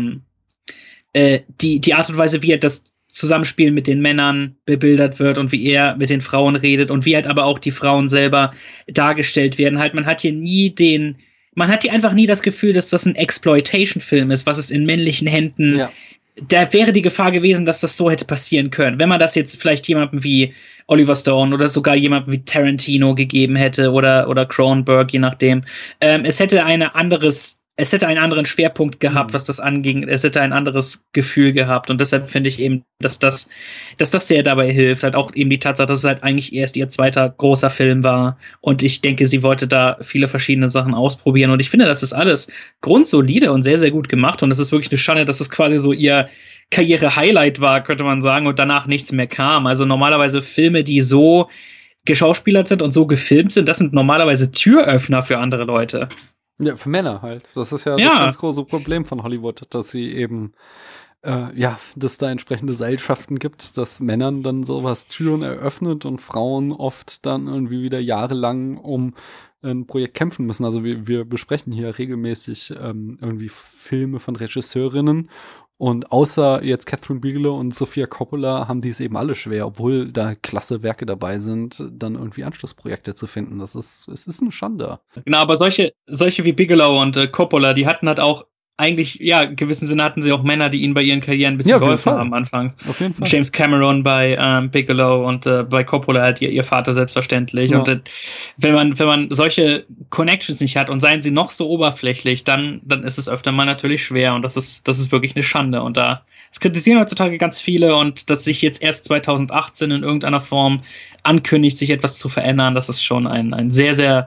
die Art und Weise, wie er das Zusammenspiel mit den Männern bebildert wird und wie er mit den Frauen redet und wie halt aber auch die Frauen selber dargestellt werden. Halt, man hat hier nie man hat die einfach nie das Gefühl, dass das ein Exploitation-Film ist, was es in männlichen Händen, da wäre die Gefahr gewesen, dass das so hätte passieren können. Wenn man das jetzt vielleicht jemandem wie Oliver Stone oder sogar jemandem wie Tarantino gegeben hätte oder Cronenberg, je nachdem. Es hätte einen anderen Schwerpunkt gehabt, was das anging. Es hätte ein anderes Gefühl gehabt. Und deshalb finde ich eben, dass das sehr dabei hilft. Halt auch eben die Tatsache, dass es halt eigentlich erst ihr zweiter großer Film war. Und ich denke, sie wollte da viele verschiedene Sachen ausprobieren. Und ich finde, das ist alles grundsolide und sehr, sehr gut gemacht. Und es ist wirklich eine Schande, dass das quasi so ihr Karriere-Highlight war, könnte man sagen, und danach nichts mehr kam. Also normalerweise Filme, die so geschauspielert sind und so gefilmt sind, das sind normalerweise Türöffner für andere Leute. Ja, für Männer halt. Das ist ja das ganz große Problem von Hollywood, dass sie eben, dass da entsprechende Seilschaften gibt, dass Männern dann sowas Türen eröffnet und Frauen oft dann irgendwie wieder jahrelang um ein Projekt kämpfen müssen. Also wir besprechen hier regelmäßig irgendwie Filme von Regisseurinnen. Und außer jetzt Catherine Bigelow und Sofia Coppola haben die es eben alle schwer, obwohl da klasse Werke dabei sind, dann irgendwie Anschlussprojekte zu finden. Es ist eine Schande. Genau, aber solche wie Bigelow und Coppola, die hatten halt auch eigentlich, ja, in gewissem Sinne hatten sie auch Männer, die ihnen bei ihren Karrieren ein bisschen geholfen haben anfangs. Auf jeden Fall. James Cameron bei Bigelow und bei Coppola halt ihr Vater selbstverständlich. Ja. Und wenn man solche Connections nicht hat und seien sie noch so oberflächlich, dann ist es öfter mal natürlich schwer und das ist wirklich eine Schande. Und das kritisieren heutzutage ganz viele und dass sich jetzt erst 2018 in irgendeiner Form ankündigt, sich etwas zu verändern, das ist schon ein sehr, sehr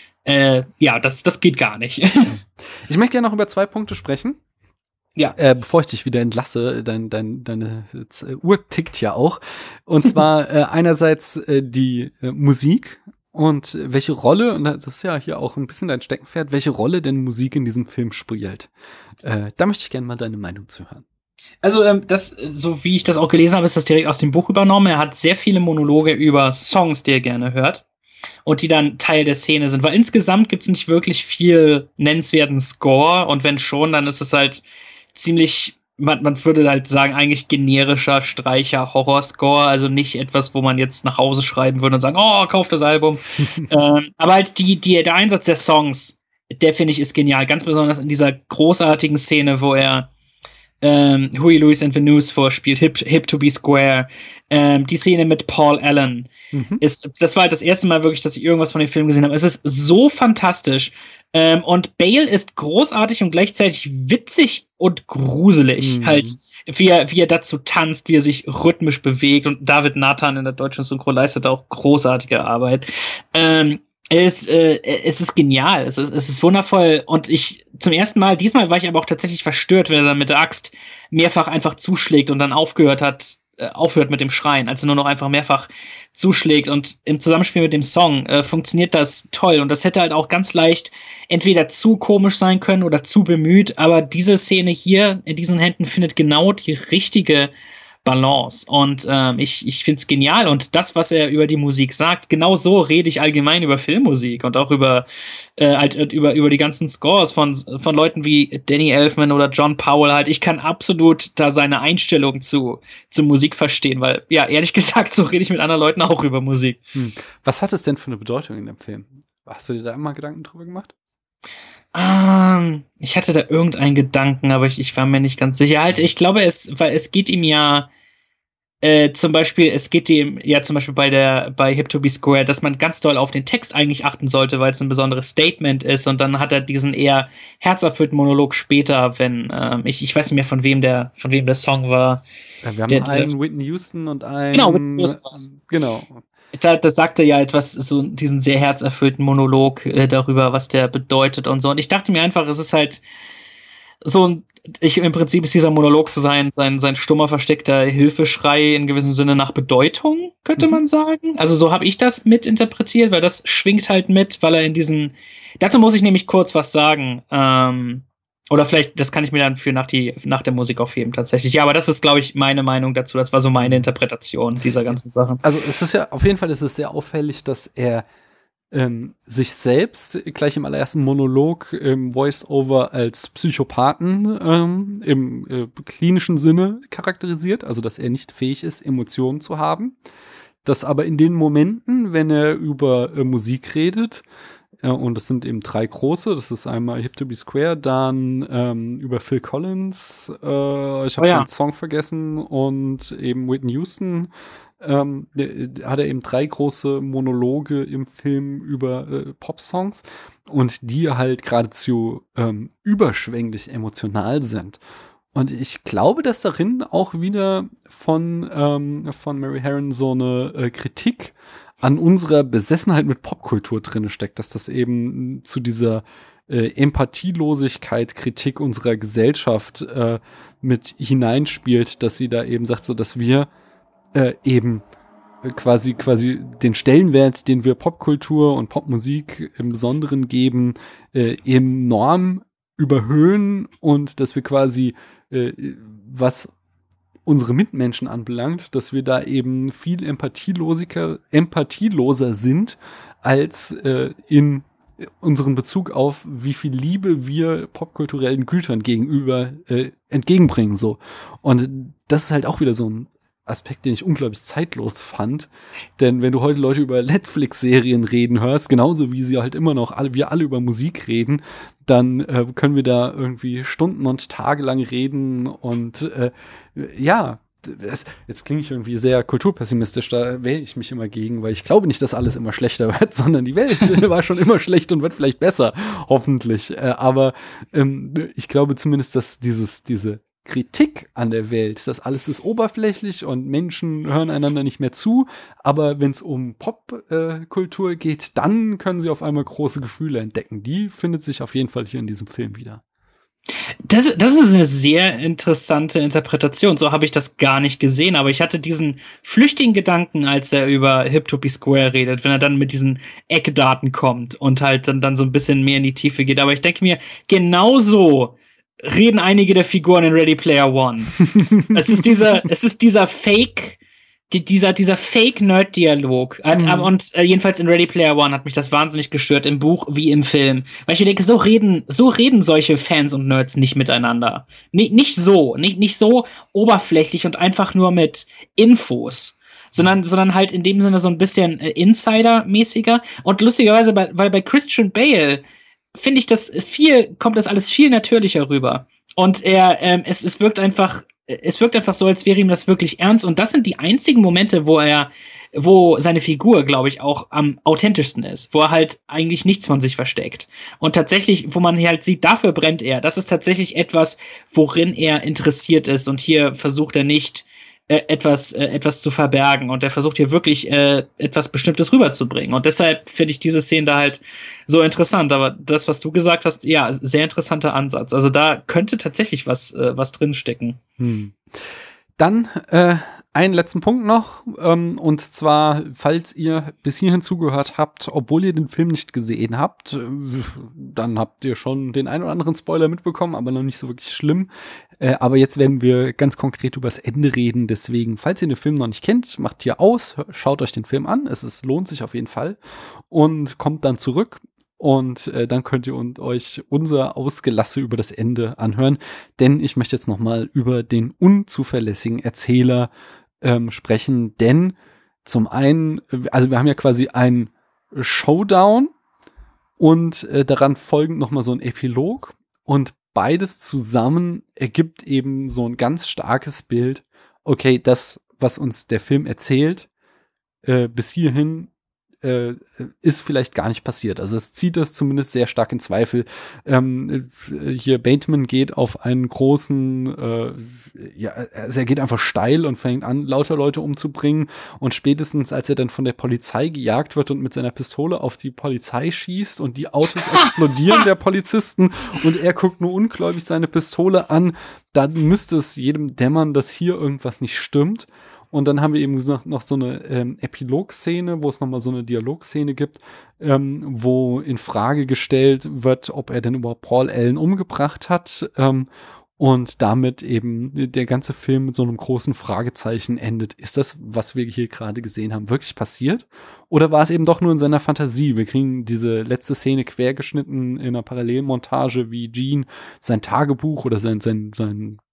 das geht gar nicht. Ich möchte gerne noch über 2 Punkte sprechen. Ja. Bevor ich dich wieder entlasse, deine Uhr tickt ja auch. Und zwar einerseits die Musik und welche Rolle, und das ist ja hier auch ein bisschen dein Steckenpferd, welche Rolle denn Musik in diesem Film spielt. Da möchte ich gerne mal deine Meinung zu hören. Also, so wie ich das auch gelesen habe, ist das direkt aus dem Buch übernommen. Er hat sehr viele Monologe über Songs, die er gerne hört. Und die dann Teil der Szene sind. Weil insgesamt gibt es nicht wirklich viel nennenswerten Score. Und wenn schon, dann ist es halt ziemlich, man würde halt sagen, eigentlich generischer Streicher-Horror-Score. Also nicht etwas, wo man jetzt nach Hause schreiben würde und sagen, oh, kauf das Album. Aber halt der Einsatz der Songs, der finde ich ist genial. Ganz besonders in dieser großartigen Szene, wo er Huey Lewis and the News vorspielt, Hip to be Square, die Szene mit Paul Allen. Das war halt das erste Mal wirklich, dass ich irgendwas von dem Film gesehen habe. Es ist so fantastisch. Und Bale ist großartig und gleichzeitig witzig und gruselig. Halt, wie er dazu tanzt, wie er sich rhythmisch bewegt. Und David Nathan in der deutschen Synchro leistet auch großartige Arbeit. Es ist genial, es ist wundervoll und zum ersten Mal, diesmal war ich aber auch tatsächlich verstört, wenn er dann mit der Axt mehrfach einfach zuschlägt und dann aufhört mit dem Schreien, als er nur noch einfach mehrfach zuschlägt und im Zusammenspiel mit dem Song funktioniert das toll und das hätte halt auch ganz leicht entweder zu komisch sein können oder zu bemüht, aber diese Szene hier in diesen Händen findet genau die richtige Balance und ich finde es genial und das, was er über die Musik sagt, genau so rede ich allgemein über Filmmusik und auch über die ganzen Scores von Leuten wie Danny Elfman oder John Powell halt. Ich kann absolut da seine Einstellung zur Musik verstehen, weil, ja, ehrlich gesagt, so rede ich mit anderen Leuten auch über Musik. Was hat es denn für eine Bedeutung in dem Film? Hast du dir da immer Gedanken drüber gemacht? Ich hatte da irgendeinen Gedanken, aber ich war mir nicht ganz sicher. Halt, ich glaube, es geht ihm ja zum Beispiel bei Hip to be Square, dass man ganz doll auf den Text eigentlich achten sollte, weil es ein besonderes Statement ist und dann hat er diesen eher herzerfüllten Monolog später, wenn ich weiß nicht mehr von wem der Song war. Ja, wir haben einen Whitney Houston und einen Whitney Houston. Genau. Das sagte ja etwas, so diesen sehr herzerfüllten Monolog darüber, was der bedeutet und so. Und ich dachte mir einfach, es ist halt so im Prinzip ist dieser Monolog so sein stummer, versteckter Hilfeschrei in gewissem Sinne nach Bedeutung, könnte man sagen. Also so habe ich das mitinterpretiert, weil das schwingt halt mit, weil er dazu muss ich nämlich kurz was sagen, oder vielleicht, das kann ich mir dann für nach der Musik aufheben, tatsächlich. Ja, aber das ist, glaube ich, meine Meinung dazu. Das war so meine Interpretation dieser ganzen Sache. Also es ist ja, auf jeden Fall ist es sehr auffällig, dass er sich selbst gleich im allerersten Monolog im Voice-Over als Psychopathen im klinischen Sinne charakterisiert. Also, dass er nicht fähig ist, Emotionen zu haben. Dass aber in den Momenten, wenn er über Musik redet, Und es sind eben 3 große. Das ist einmal Hip to be Square, dann über Phil Collins, ich habe den Song vergessen, und eben Whitney Houston. Hat er eben 3 große Monologe im Film über Pop-Songs und die halt geradezu überschwänglich emotional sind. Und ich glaube, dass darin auch wieder von Mary Harron so eine Kritik an unserer Besessenheit mit Popkultur drin steckt, dass das eben zu dieser Empathielosigkeit, Kritik unserer Gesellschaft mit hineinspielt, dass sie da eben sagt, so dass wir eben quasi den Stellenwert, den wir Popkultur und Popmusik im Besonderen geben, enorm überhöhen und dass wir quasi, was unsere Mitmenschen anbelangt, dass wir da eben viel empathieloser sind als in unseren Bezug auf, wie viel Liebe wir popkulturellen Gütern gegenüber entgegenbringen. So. Und das ist halt auch wieder so ein Aspekt, den ich unglaublich zeitlos fand. Denn wenn du heute Leute über Netflix-Serien reden hörst, genauso wie sie halt immer noch wir alle über Musik reden, dann können wir da irgendwie Stunden und Tage lang reden und jetzt klinge ich irgendwie sehr kulturpessimistisch, da wähle ich mich immer gegen, weil ich glaube nicht, dass alles immer schlechter wird, sondern die Welt war schon immer schlecht und wird vielleicht besser, hoffentlich. Aber ich glaube zumindest, dass diese Kritik an der Welt, das alles ist oberflächlich und Menschen hören einander nicht mehr zu, aber wenn es um Popkultur geht, dann können sie auf einmal große Gefühle entdecken. Die findet sich auf jeden Fall hier in diesem Film wieder. Das ist eine sehr interessante Interpretation. So habe ich das gar nicht gesehen, aber ich hatte diesen flüchtigen Gedanken, als er über Hip to be Square redet, wenn er dann mit diesen Eckdaten kommt und halt dann so ein bisschen mehr in die Tiefe geht. Aber ich denke mir, genauso reden einige der Figuren in Ready Player One. es ist dieser Fake, dieser Fake-Nerd-Dialog. Und jedenfalls in Ready Player One hat mich das wahnsinnig gestört, im Buch wie im Film. Weil ich mir denke, so reden solche Fans und Nerds nicht miteinander. Nicht so oberflächlich und einfach nur mit Infos. Sondern halt in dem Sinne so ein bisschen Insider-mäßiger. Und lustigerweise, weil bei Christian Bale finde ich kommt das alles viel natürlicher rüber. Und es wirkt einfach so, als wäre ihm das wirklich ernst. Und das sind die einzigen Momente, wo seine Figur, glaube ich, auch am authentischsten ist, wo er halt eigentlich nichts von sich versteckt. Und tatsächlich, wo man halt sieht, dafür brennt er. Das ist tatsächlich etwas, worin er interessiert ist. Und hier versucht er nicht, etwas zu verbergen, und er versucht hier wirklich etwas Bestimmtes rüberzubringen, und deshalb finde ich diese Szene da halt so interessant. Aber das, was du gesagt hast, ja, sehr interessanter Ansatz. Also da könnte tatsächlich was drinstecken. Dann einen letzten Punkt noch, und zwar, falls ihr bis hierhin zugehört habt, obwohl ihr den Film nicht gesehen habt, dann habt ihr schon den ein oder anderen Spoiler mitbekommen, aber noch nicht so wirklich schlimm. Aber jetzt werden wir ganz konkret übers Ende reden, deswegen, falls ihr den Film noch nicht kennt, macht hier aus, schaut euch den Film an, lohnt sich auf jeden Fall, und kommt dann zurück. Und dann könnt ihr euch unser Ausgelasse über das Ende anhören, denn ich möchte jetzt noch mal über den unzuverlässigen Erzähler sprechen, denn zum einen, also wir haben ja quasi einen Showdown und daran folgend noch mal so ein Epilog, und beides zusammen ergibt eben so ein ganz starkes Bild. Okay, das, was uns der Film erzählt, bis hierhin ist vielleicht gar nicht passiert. Also es zieht das zumindest sehr stark in Zweifel. Hier Bateman geht auf einen großen, also er geht einfach steil und fängt an, lauter Leute umzubringen, und spätestens als er dann von der Polizei gejagt wird und mit seiner Pistole auf die Polizei schießt und die Autos explodieren der Polizisten und er guckt nur ungläubig seine Pistole an, dann müsste es jedem dämmern, dass hier irgendwas nicht stimmt. Und dann haben wir eben gesagt, noch so eine Epilog-Szene, wo es nochmal so eine Dialogszene gibt, wo in Frage gestellt wird, ob er denn überhaupt Paul Allen umgebracht hat. Und damit eben der ganze Film mit so einem großen Fragezeichen endet. Ist das, was wir hier gerade gesehen haben, wirklich passiert? Oder war es eben doch nur in seiner Fantasie? Wir kriegen diese letzte Szene quergeschnitten in einer Parallelmontage, wie Gene sein Tagebuch oder sein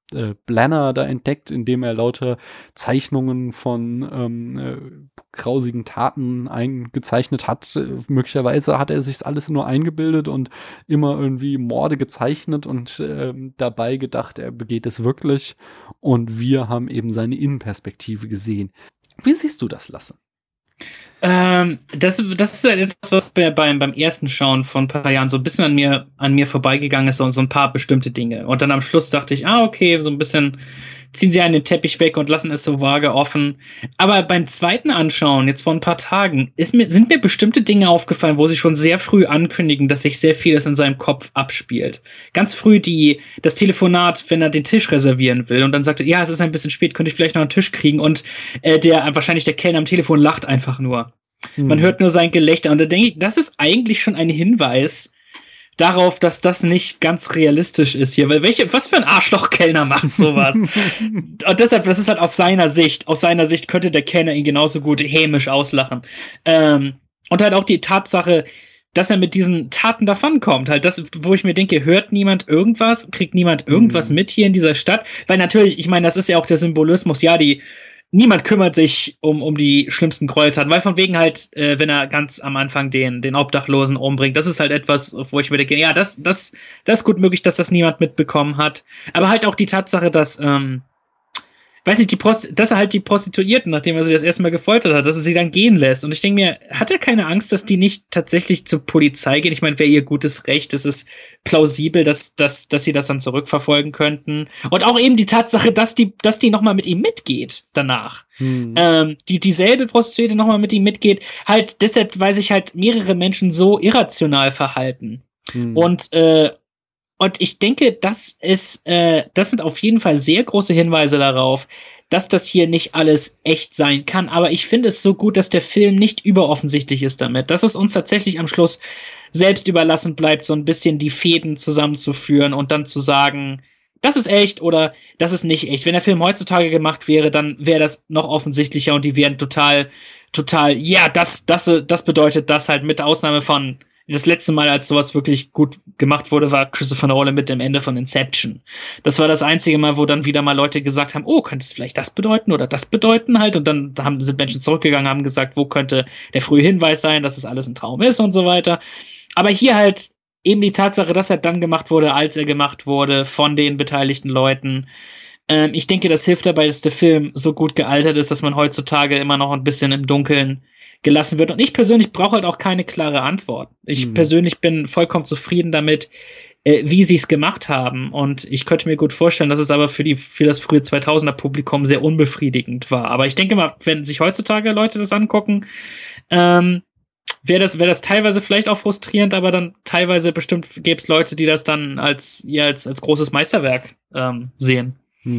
Planner da entdeckt, in dem er lauter Zeichnungen von grausigen Taten eingezeichnet hat. Möglicherweise hat er sich alles nur eingebildet und immer irgendwie Morde gezeichnet und dabei gedacht, er begeht es wirklich. Und wir haben eben seine Innenperspektive gesehen. Wie siehst du das, Lasse? Das ist ja etwas, was beim ersten Schauen von ein paar Jahren so ein bisschen an mir vorbeigegangen ist und so ein paar bestimmte Dinge. Und dann am Schluss dachte ich, okay, so ein bisschen ziehen sie einen den Teppich weg und lassen es so vage offen. Aber beim zweiten Anschauen, jetzt vor ein paar Tagen, sind mir bestimmte Dinge aufgefallen, wo sie schon sehr früh ankündigen, dass sich sehr vieles in seinem Kopf abspielt. Ganz früh das Telefonat, wenn er den Tisch reservieren will und dann sagt er, ja, es ist ein bisschen spät, könnte ich vielleicht noch einen Tisch kriegen und wahrscheinlich der Kellner am Telefon lacht einfach nur. Man hört nur sein Gelächter und da denke ich, das ist eigentlich schon ein Hinweis darauf, dass das nicht ganz realistisch ist hier, weil was für ein Arschloch-Kellner macht sowas? Und deshalb, das ist halt aus seiner Sicht könnte der Kellner ihn genauso gut hämisch auslachen. Und halt auch die Tatsache, dass er mit diesen Taten davonkommt, halt das, wo ich mir denke, hört niemand irgendwas, kriegt niemand irgendwas mit hier in dieser Stadt, weil natürlich, ich meine, das ist ja auch der Symbolismus, ja, niemand kümmert sich um die schlimmsten Gräueltaten, weil von wegen halt, wenn er ganz am Anfang den Obdachlosen umbringt, das ist halt etwas, wo ich mir denke, ja, das ist gut möglich, dass das niemand mitbekommen hat. Aber halt auch die Tatsache, dass, weiß nicht, dass er halt die Prostituierten, nachdem er sie das erste Mal gefoltert hat, dass er sie dann gehen lässt. Und ich denke mir, hat er keine Angst, dass die nicht tatsächlich zur Polizei gehen? Ich meine, wäre ihr gutes Recht. Es ist plausibel, dass sie das dann zurückverfolgen könnten. Und auch eben die Tatsache, dass die nochmal mit ihm mitgeht danach. Dieselbe Prostituierte nochmal mit ihm mitgeht. Halt deshalb, weil sich halt mehrere Menschen so irrational verhalten. Und ich denke, das sind auf jeden Fall sehr große Hinweise darauf, dass das hier nicht alles echt sein kann. Aber ich finde es so gut, dass der Film nicht überoffensichtlich ist damit. Dass es uns tatsächlich am Schluss selbst überlassen bleibt, so ein bisschen die Fäden zusammenzuführen und dann zu sagen, das ist echt oder das ist nicht echt. Wenn der Film heutzutage gemacht wäre, dann wäre das noch offensichtlicher und die wären total, ja, das bedeutet das halt, mit der Ausnahme von das letzte Mal, als sowas wirklich gut gemacht wurde, war Christopher Nolan mit dem Ende von Inception. Das war das einzige Mal, wo dann wieder mal Leute gesagt haben, könnte es vielleicht das bedeuten oder das bedeuten halt. Und dann sind Menschen zurückgegangen, haben gesagt, wo könnte der frühe Hinweis sein, dass es alles ein Traum ist und so weiter. Aber hier halt eben die Tatsache, dass er dann gemacht wurde, als er gemacht wurde von den beteiligten Leuten. Ich denke, das hilft dabei, dass der Film so gut gealtert ist, dass man heutzutage immer noch ein bisschen im Dunkeln gelassen wird. Und ich persönlich brauche halt auch keine klare Antwort. Ich persönlich bin vollkommen zufrieden damit, wie sie es gemacht haben. Und ich könnte mir gut vorstellen, dass es aber für das frühe 2000er-Publikum sehr unbefriedigend war. Aber ich denke mal, wenn sich heutzutage Leute das angucken, wäre das teilweise vielleicht auch frustrierend, aber dann teilweise bestimmt gäbe es Leute, die das dann als großes Meisterwerk sehen.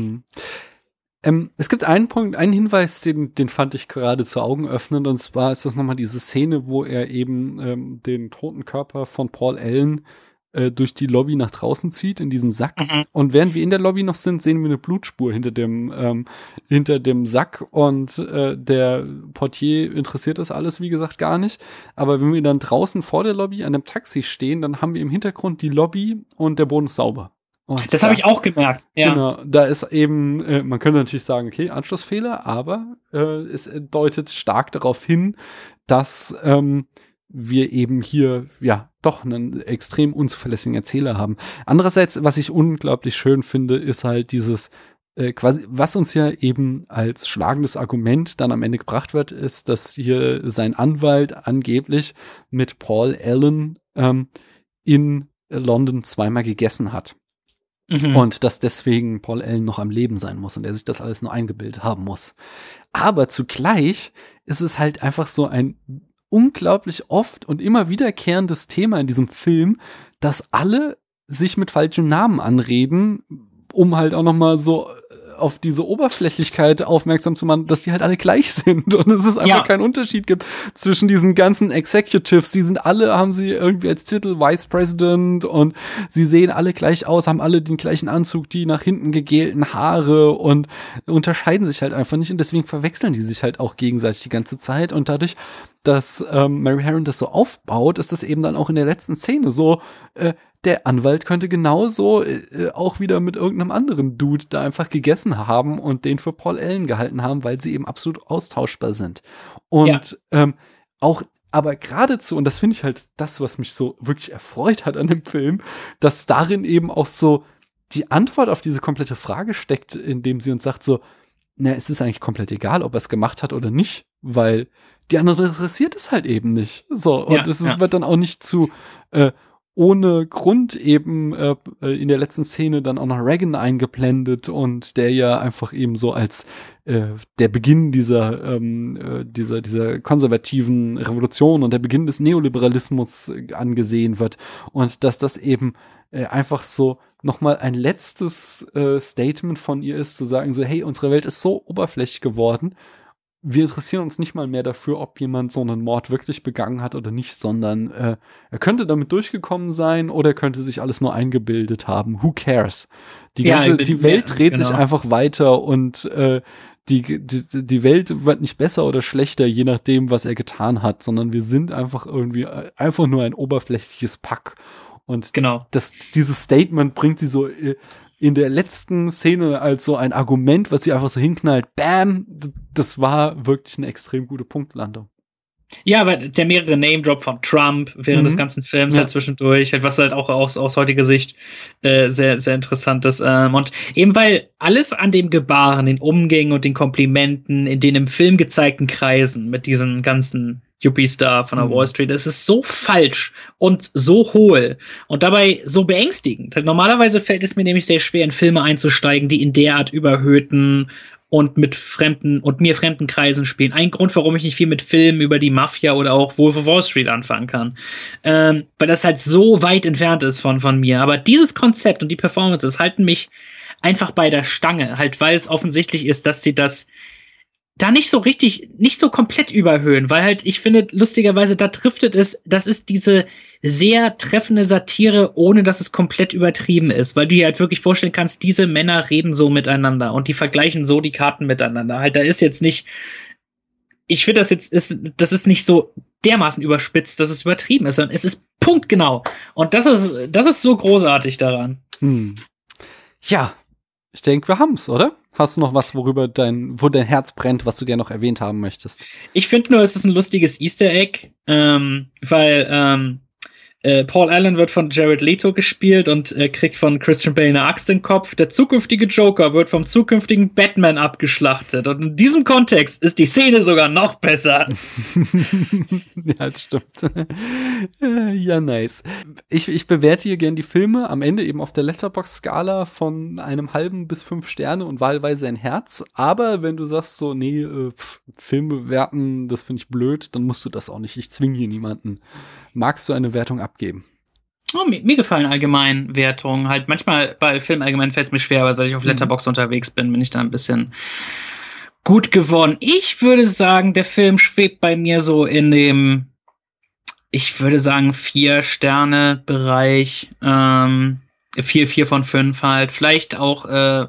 Es gibt einen Punkt, einen Hinweis, den fand ich gerade zu Augen öffnend, und zwar ist das nochmal diese Szene, wo er eben den toten Körper von Paul Allen durch die Lobby nach draußen zieht, in diesem Sack. Und während wir in der Lobby noch sind, sehen wir eine Blutspur hinter dem Sack, und der Portier interessiert das alles, wie gesagt, gar nicht. Aber wenn wir dann draußen vor der Lobby an dem Taxi stehen, dann haben wir im Hintergrund die Lobby und der Boden ist sauber. Und das habe ich auch gemerkt. Ja. Genau, da ist eben, man könnte natürlich sagen, okay, Anschlussfehler, aber es deutet stark darauf hin, dass wir eben hier, ja, doch einen extrem unzuverlässigen Erzähler haben. Andererseits, was ich unglaublich schön finde, ist halt dieses quasi, was uns ja eben als schlagendes Argument dann am Ende gebracht wird, ist, dass hier sein Anwalt angeblich mit Paul Allen in London zweimal gegessen hat. Und dass deswegen Paul Allen noch am Leben sein muss und er sich das alles nur eingebildet haben muss. Aber zugleich ist es halt einfach so ein unglaublich oft und immer wiederkehrendes Thema in diesem Film, dass alle sich mit falschen Namen anreden, um halt auch noch mal so auf diese Oberflächlichkeit aufmerksam zu machen, dass die halt alle gleich sind und es ist einfach keinen Unterschied gibt zwischen diesen ganzen Executives. Haben sie irgendwie als Titel Vice President und sie sehen alle gleich aus, haben alle den gleichen Anzug, die nach hinten gegelten Haare und unterscheiden sich halt einfach nicht und deswegen verwechseln die sich halt auch gegenseitig die ganze Zeit und dadurch dass Mary Harron das so aufbaut, ist das eben dann auch in der letzten Szene so, der Anwalt könnte genauso auch wieder mit irgendeinem anderen Dude da einfach gegessen haben und den für Paul Allen gehalten haben, weil sie eben absolut austauschbar sind. Und auch, aber geradezu, und das finde ich halt das, was mich so wirklich erfreut hat an dem Film, dass darin eben auch so die Antwort auf diese komplette Frage steckt, indem sie uns sagt so, na, es ist eigentlich komplett egal, ob er es gemacht hat oder nicht, weil die andere interessiert es halt eben nicht. So, und wird dann auch nicht zu ohne Grund eben in der letzten Szene dann auch noch Reagan eingeblendet und der ja einfach eben so als der Beginn dieser konservativen Revolution und der Beginn des Neoliberalismus angesehen wird und dass das eben einfach so nochmal ein letztes Statement von ihr ist, zu sagen so, hey, unsere Welt ist so oberflächlich geworden, wir interessieren uns nicht mal mehr dafür, ob jemand so einen Mord wirklich begangen hat oder nicht, sondern er könnte damit durchgekommen sein oder er könnte sich alles nur eingebildet haben. Who cares? Die Welt dreht sich einfach weiter und die Welt wird nicht besser oder schlechter, je nachdem, was er getan hat, sondern wir sind einfach irgendwie einfach nur ein oberflächliches Pack. Und dieses Statement bringt sie so in der letzten Szene als so ein Argument, was sie einfach so hinknallt. Bam! Das war wirklich eine extrem gute Punktlandung. Ja, aber der mehrere Name-Drop von Trump während des ganzen Films halt zwischendurch, halt, was halt auch aus heutiger Sicht sehr, sehr interessant ist. Und eben weil alles an dem Gebaren, den Umgängen und den Komplimenten in den im Film gezeigten Kreisen mit diesen ganzen Yuppie-Star von der Wall Street, es ist so falsch und so hohl und dabei so beängstigend. Normalerweise fällt es mir nämlich sehr schwer, in Filme einzusteigen, die in derart überhöhten und mir fremden Kreisen spielen. Ein Grund, warum ich nicht viel mit Filmen über die Mafia oder auch Wolf of Wall Street anfangen kann. Weil das halt so weit entfernt ist von mir. Aber dieses Konzept und die Performances halten mich einfach bei der Stange. Halt, weil es offensichtlich ist, dass sie das da nicht so komplett überhöhen, weil halt, ich finde, lustigerweise, da driftet es, das ist diese sehr treffende Satire, ohne dass es komplett übertrieben ist, weil du dir halt wirklich vorstellen kannst, diese Männer reden so miteinander und die vergleichen so die Karten miteinander. Halt, da ist jetzt nicht, ich finde das ist nicht so dermaßen überspitzt, dass es übertrieben ist, sondern es ist punktgenau. Und das ist so großartig daran. Ja, ich denke, wir haben's, oder? Hast du noch was, wo dein Herz brennt, was du gerne noch erwähnt haben möchtest? Ich finde nur, es ist ein lustiges Easter Egg, weil Paul Allen wird von Jared Leto gespielt und kriegt von Christian Bale eine Axt in den Kopf. Der zukünftige Joker wird vom zukünftigen Batman abgeschlachtet. Und in diesem Kontext ist die Szene sogar noch besser. Ja, das stimmt. Ja, nice. Ich bewerte hier gern die Filme am Ende eben auf der Letterboxd-Skala von 1,5 bis 5 Sterne und wahlweise ein Herz. Aber wenn du sagst so, nee, Filme bewerten, das finde ich blöd, dann musst du das auch nicht. Ich zwinge hier niemanden. Magst du eine Wertung abgeben? Oh, mir gefallen allgemein Wertungen. Halt manchmal bei Filmen allgemein fällt es mir schwer, aber seit ich auf Letterboxd unterwegs bin ich da ein bisschen gut geworden. Ich würde sagen, der Film schwebt bei mir so in dem, ich würde sagen, 4-Sterne-Bereich. 4 von 5 halt. Vielleicht auch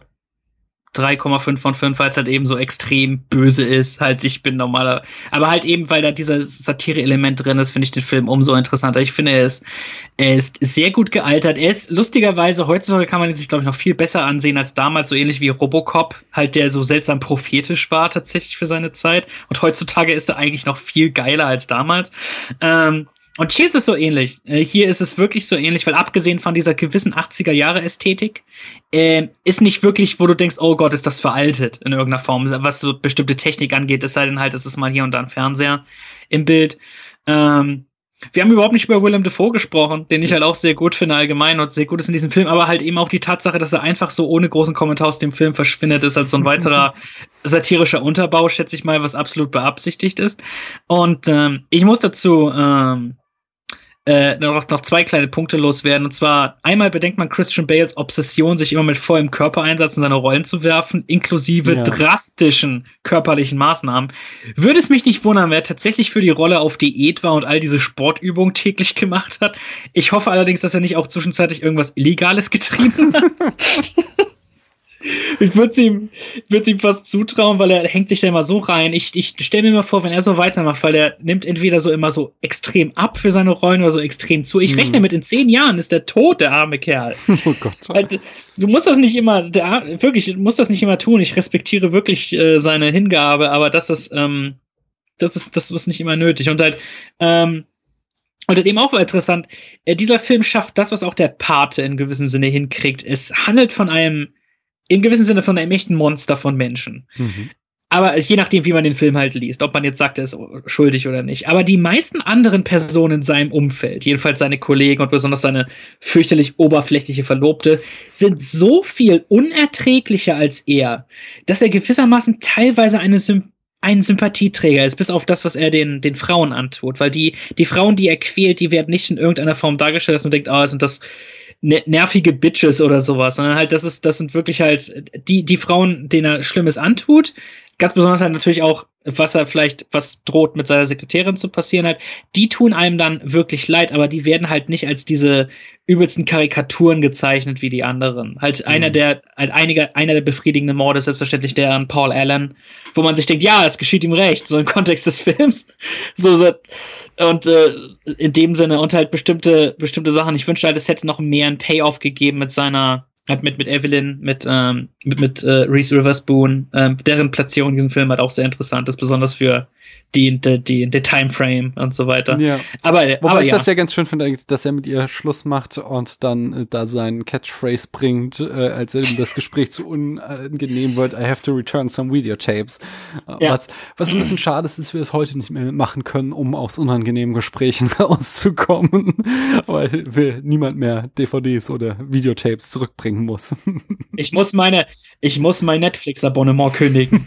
3,5 von 5, weil es halt eben so extrem böse ist. Halt, ich bin normaler. Aber halt eben, weil da dieser Satire-Element drin ist, finde ich den Film umso interessanter. Ich finde, er ist sehr gut gealtert. Er ist lustigerweise, heutzutage kann man ihn sich, glaube ich, noch viel besser ansehen als damals, so ähnlich wie Robocop, halt, der so seltsam prophetisch war tatsächlich für seine Zeit. Und heutzutage ist er eigentlich noch viel geiler als damals. Und hier ist es so ähnlich. Hier ist es wirklich so ähnlich, weil abgesehen von dieser gewissen 80er-Jahre-Ästhetik ist nicht wirklich, wo du denkst, oh Gott, ist das veraltet in irgendeiner Form, was so bestimmte Technik angeht, es sei denn halt, es ist mal hier und da ein Fernseher im Bild. Wir haben überhaupt nicht über Willem Dafoe gesprochen, den ich halt auch sehr gut finde allgemein und sehr gut ist in diesem Film, aber halt eben auch die Tatsache, dass er einfach so ohne großen Kommentar aus dem Film verschwindet, ist halt so ein weiterer satirischer Unterbau, schätze ich mal, was absolut beabsichtigt ist. Und ich muss dazu noch 2 kleine Punkte loswerden. Und zwar, einmal bedenkt man Christian Bales Obsession, sich immer mit vollem Körpereinsatz in seine Rollen zu werfen, inklusive drastischen körperlichen Maßnahmen. Würde es mich nicht wundern, wer tatsächlich für die Rolle auf Diät war und all diese Sportübungen täglich gemacht hat. Ich hoffe allerdings, dass er nicht auch zwischenzeitlich irgendwas Illegales getrieben hat. Ich würd's ihm fast zutrauen, weil er hängt sich da immer so rein. Ich stelle mir mal vor, wenn er so weitermacht, weil er nimmt entweder so immer so extrem ab für seine Rollen oder so extrem zu. Ich rechne mit, in 10 Jahren ist der tot, der arme Kerl. Oh Gott. Du musst das nicht immer, wirklich, du musst das nicht immer tun. Ich respektiere wirklich seine Hingabe, aber das ist nicht immer nötig. Und halt, und eben auch interessant, dieser Film schafft das, was auch der Pate in gewissem Sinne hinkriegt. Es handelt in gewissem Sinne von einem echten Monster von Menschen. Aber je nachdem, wie man den Film halt liest, ob man jetzt sagt, er ist schuldig oder nicht. Aber die meisten anderen Personen in seinem Umfeld, jedenfalls seine Kollegen und besonders seine fürchterlich oberflächliche Verlobte, sind so viel unerträglicher als er, dass er gewissermaßen teilweise ein Sympathieträger ist, bis auf das, was er den Frauen antut. Weil die Frauen, die er quält, die werden nicht in irgendeiner Form dargestellt, dass man denkt, sind das nervige Bitches oder sowas, sondern halt, das sind wirklich halt die Frauen, denen er Schlimmes antut. Ganz besonders halt natürlich auch, was droht mit seiner Sekretärin zu passieren hat, die tun einem dann wirklich leid, aber die werden halt nicht als diese übelsten Karikaturen gezeichnet wie die anderen. Halt einer der befriedigenden Morde ist selbstverständlich der an Paul Allen, wo man sich denkt, ja, es geschieht ihm recht, so im Kontext des Films. Und in dem Sinne und halt bestimmte Sachen. Ich wünschte halt, es hätte noch mehr einen Payoff gegeben mit seiner mit Evelyn, mit Reese Witherspoon, deren Platzierung in diesem Film halt auch sehr interessant ist, besonders für die Timeframe und so weiter. Ja. Wobei ich das ja ganz schön finde, dass er mit ihr Schluss macht und dann da seinen Catchphrase bringt, als ihm das Gespräch zu unangenehm wird, I have to return some videotapes. Ja. Was ein bisschen schade ist, dass wir es heute nicht mehr machen können, um aus unangenehmen Gesprächen rauszukommen, weil niemand mehr DVDs oder Videotapes zurückbringen muss. Ich muss mein Netflix-Abonnement kündigen.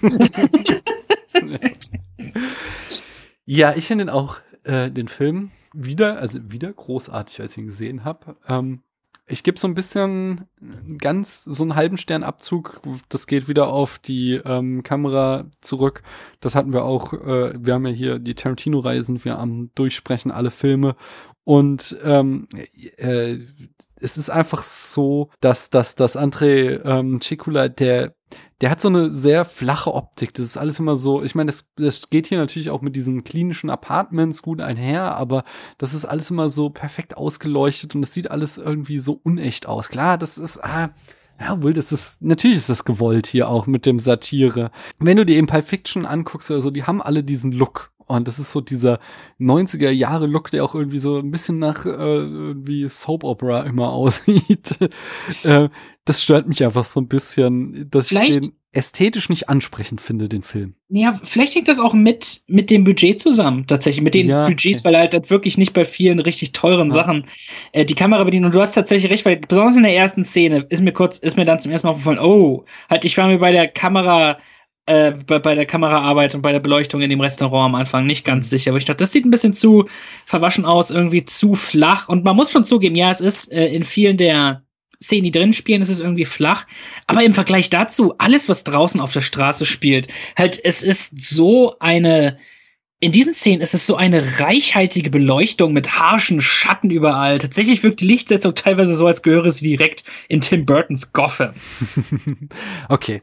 Ja, ich finde auch den Film wieder großartig, als ich ihn gesehen habe. Ich gebe so ein bisschen so einen halben Sternabzug. Das geht wieder auf die Kamera zurück. Das hatten wir auch. Wir haben ja hier die Tarantino-Reihe, sind wir am Durchsprechen, alle Filme. Und es ist einfach so, dass Andrei Cekula, der hat so eine sehr flache Optik. Das ist alles immer so, ich meine, das geht hier natürlich auch mit diesen klinischen Apartments gut einher, aber das ist alles immer so perfekt ausgeleuchtet und das sieht alles irgendwie so unecht aus. Klar, das ist, natürlich ist das gewollt hier auch mit dem Satire. Wenn du dir eben Pulp Fiction anguckst oder so, die haben alle diesen Look. Und das ist so dieser 90er-Jahre-Look, der auch irgendwie so ein bisschen nach wie Soap-Opera immer aussieht. Das stört mich einfach so ein bisschen, dass ich den ästhetisch nicht ansprechend finde, den Film. Ja, vielleicht hängt das auch mit dem Budget zusammen, tatsächlich. Mit den Budgets, okay. Weil halt wirklich nicht bei vielen richtig teuren Sachen die Kamera bedient. Und du hast tatsächlich recht, weil besonders in der ersten Szene ist mir dann zum ersten Mal aufgefallen, ich war mir bei der Kamera bei der Kameraarbeit und bei der Beleuchtung in dem Restaurant am Anfang nicht ganz sicher. Aber ich dachte, das sieht ein bisschen zu verwaschen aus, irgendwie zu flach. Und man muss schon zugeben, ja, es ist in vielen der Szenen, die drin spielen, ist es irgendwie flach. Aber im Vergleich dazu, alles, was draußen auf der Straße spielt, halt, es ist so eine... In diesen Szenen ist es so eine reichhaltige Beleuchtung mit harschen Schatten überall. Tatsächlich wirkt die Lichtsetzung teilweise so, als gehöre sie direkt in Tim Burtons Gotham. Okay.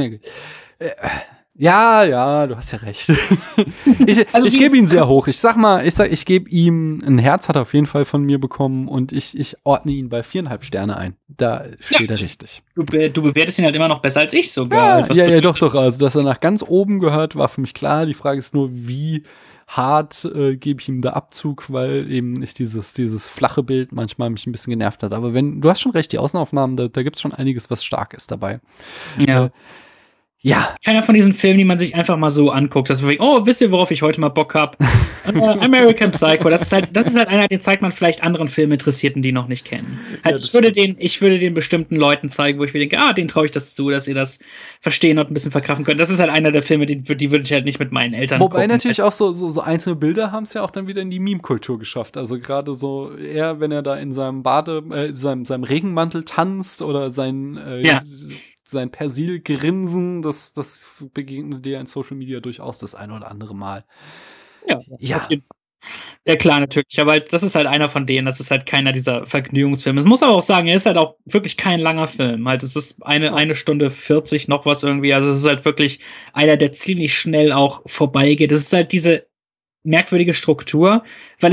Ja, du hast ja recht. Ich gebe ihn sehr hoch. Ich gebe ihm ein Herz, hat er auf jeden Fall von mir bekommen und ich ordne ihn bei 4,5 Sterne ein. Da steht er richtig. Du bewertest ihn halt immer noch besser als ich sogar. Ja, doch. Also, dass er nach ganz oben gehört, war für mich klar. Die Frage ist nur, wie hart gebe ich ihm da Abzug, weil eben nicht dieses flache Bild manchmal mich ein bisschen genervt hat. Aber du hast schon recht, die Außenaufnahmen, da gibt's schon einiges, was stark ist dabei. Ja. Ja. Keiner von diesen Filmen, die man sich einfach mal so anguckt, dass man denkt, wisst ihr, worauf ich heute mal Bock habe? American Psycho. Das ist halt einer, den zeigt man vielleicht anderen Filminteressierten, die noch nicht kennen. Ich würde den bestimmten Leuten zeigen, wo ich mir denke, den traue ich das zu, dass ihr das verstehen und ein bisschen verkraften könnt. Das ist halt einer der Filme, die würde ich halt nicht mit meinen Eltern gucken. Wobei natürlich auch so einzelne Bilder haben es ja auch dann wieder in die Meme-Kultur geschafft. Also gerade so eher, wenn er da in seinem seinem Regenmantel tanzt oder sein Persil-Grinsen, das begegnet dir in Social Media durchaus das ein oder andere Mal. Ja. Ja, klar, natürlich. Aber das ist halt einer von denen. Das ist halt keiner dieser Vergnügungsfilme. Es muss aber auch sagen, er ist halt auch wirklich kein langer Film. Halt, es ist eine Stunde 40 noch was irgendwie. Also es ist halt wirklich einer, der ziemlich schnell auch vorbeigeht. Es ist halt diese merkwürdige Struktur, weil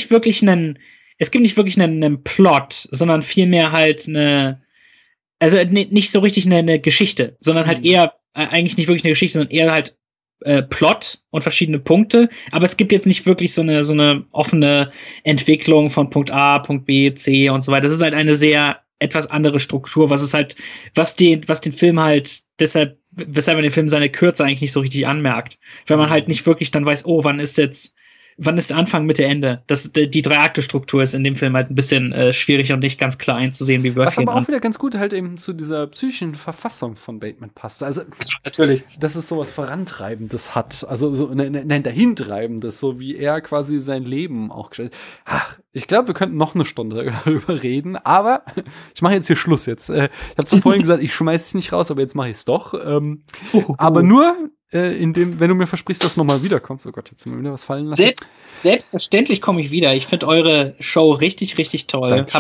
es gibt nicht wirklich einen Plot, sondern vielmehr halt also nicht so richtig eine Geschichte, sondern halt eher, eigentlich nicht wirklich eine Geschichte, sondern eher halt Plot und verschiedene Punkte, aber es gibt jetzt nicht wirklich so eine offene Entwicklung von Punkt A, Punkt B, C und so weiter. Das ist halt eine sehr etwas andere Struktur, was den Film halt weshalb man den Film seine Kürze eigentlich nicht so richtig anmerkt. Wenn man halt nicht wirklich dann weiß, oh, wann ist Anfang, Mitte, Ende? Die Drei-Akte-Struktur ist in dem Film halt ein bisschen schwierig und nicht ganz klar einzusehen, wie wir Was aber auch wieder ganz gut halt eben zu dieser psychischen Verfassung von Bateman passt. Also, natürlich, dass es sowas Vorantreibendes hat. Also, so ein Dahintreibendes, so wie er quasi sein Leben auch gestellt. Ach, ich glaube, wir könnten noch eine Stunde darüber reden, aber ich mache jetzt hier Schluss jetzt. Ich habe zwar vorhin gesagt, ich schmeiß dich nicht raus, aber jetzt mache ich es doch. Aber nur, wenn du mir versprichst, dass du nochmal wiederkommst. Oh Gott, jetzt haben wir wieder was fallen lassen. Selbstverständlich komme ich wieder. Ich finde eure Show richtig, richtig toll. Dankeschön.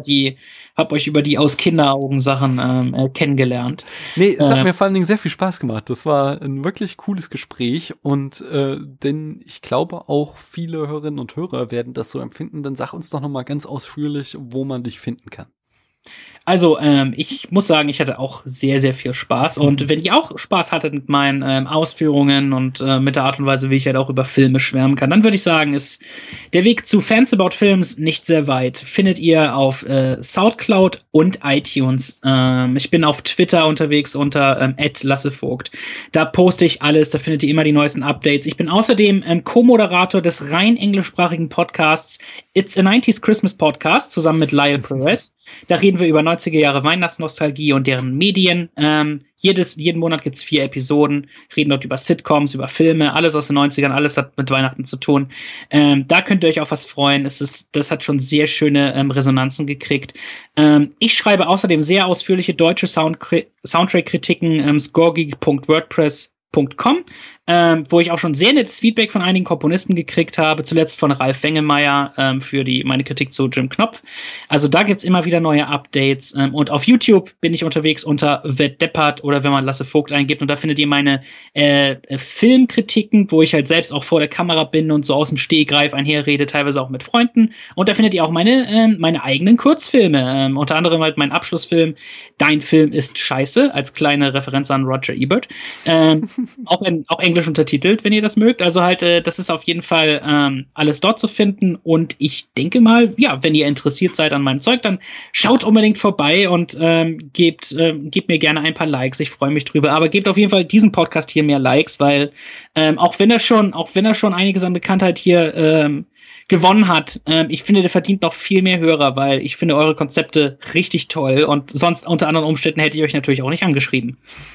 Hab euch über die aus Kinderaugen Sachen kennengelernt. Nee, es hat mir vor allen Dingen sehr viel Spaß gemacht. Das war ein wirklich cooles Gespräch und denn ich glaube auch viele Hörerinnen und Hörer werden das so empfinden. Dann sag uns doch nochmal ganz ausführlich, wo man dich finden kann. Also, ich muss sagen, ich hatte auch sehr, sehr viel Spaß. Und wenn ihr auch Spaß hattet mit meinen Ausführungen und mit der Art und Weise, wie ich halt auch über Filme schwärmen kann, dann würde ich sagen, ist der Weg zu Fans About Films nicht sehr weit. Findet ihr auf Soundcloud und iTunes. Ich bin auf Twitter unterwegs unter @lassevogt. Da poste ich alles, da findet ihr immer die neuesten Updates. Ich bin außerdem Co-Moderator des rein englischsprachigen Podcasts It's a 90s Christmas Podcast zusammen mit Lyle Perez. Da reden wir über 90er Jahre Weihnachtsnostalgie und deren Medien. Jeden Monat gibt's 4 Episoden, reden dort über Sitcoms, über Filme, alles aus den 90ern, alles hat mit Weihnachten zu tun. Da könnt ihr euch auf was freuen. Das hat schon sehr schöne Resonanzen gekriegt. Ich schreibe außerdem sehr ausführliche deutsche Soundtrack-Kritiken, scoregeek.wordpress.com, wo ich auch schon sehr nettes Feedback von einigen Komponisten gekriegt habe, zuletzt von Ralf Wengemeyer für meine Kritik zu Jim Knopf. Also da gibt's immer wieder neue Updates und auf YouTube bin ich unterwegs unter The Deppert oder wenn man Lasse Vogt eingibt und da findet ihr meine Filmkritiken, wo ich halt selbst auch vor der Kamera bin und so aus dem Stehgreif einherrede, teilweise auch mit Freunden und da findet ihr auch meine eigenen Kurzfilme, unter anderem halt mein Abschlussfilm Dein Film ist scheiße, als kleine Referenz an Roger Ebert. Auch Englisch untertitelt, wenn ihr das mögt. Also halt, das ist auf jeden Fall alles dort zu finden. Und ich denke mal, ja, wenn ihr interessiert seid an meinem Zeug, dann schaut unbedingt vorbei und gebt mir gerne ein paar Likes. Ich freue mich drüber. Aber gebt auf jeden Fall diesem Podcast hier mehr Likes, weil auch wenn er schon einiges an Bekanntheit hier gewonnen hat. Ich finde, der verdient noch viel mehr Hörer, weil ich finde eure Konzepte richtig toll und sonst unter anderen Umständen hätte ich euch natürlich auch nicht angeschrieben.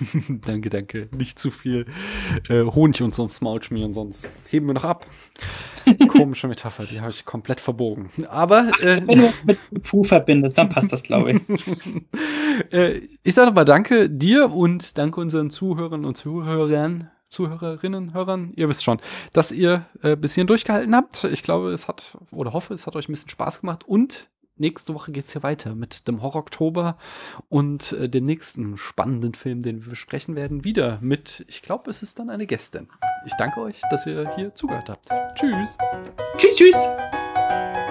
Danke. Nicht zu viel Honig uns ums Maul schmieren, sonst heben wir noch ab. Komische Metapher, die habe ich komplett verbogen. Aber wenn du es mit Puh verbindest, dann passt das, glaube ich. Ich sage nochmal danke dir und danke unseren Zuhörern und Zuhörerinnen, Hörern, ihr wisst schon, dass ihr bis hierhin durchgehalten habt. Ich glaube, hoffe, es hat euch ein bisschen Spaß gemacht. Und nächste Woche geht's hier weiter mit dem Horror-Oktober und dem nächsten spannenden Film, den wir besprechen werden. Wieder mit, ich glaube, es ist dann eine Gästin. Ich danke euch, dass ihr hier zugehört habt. Tschüss. Tschüss.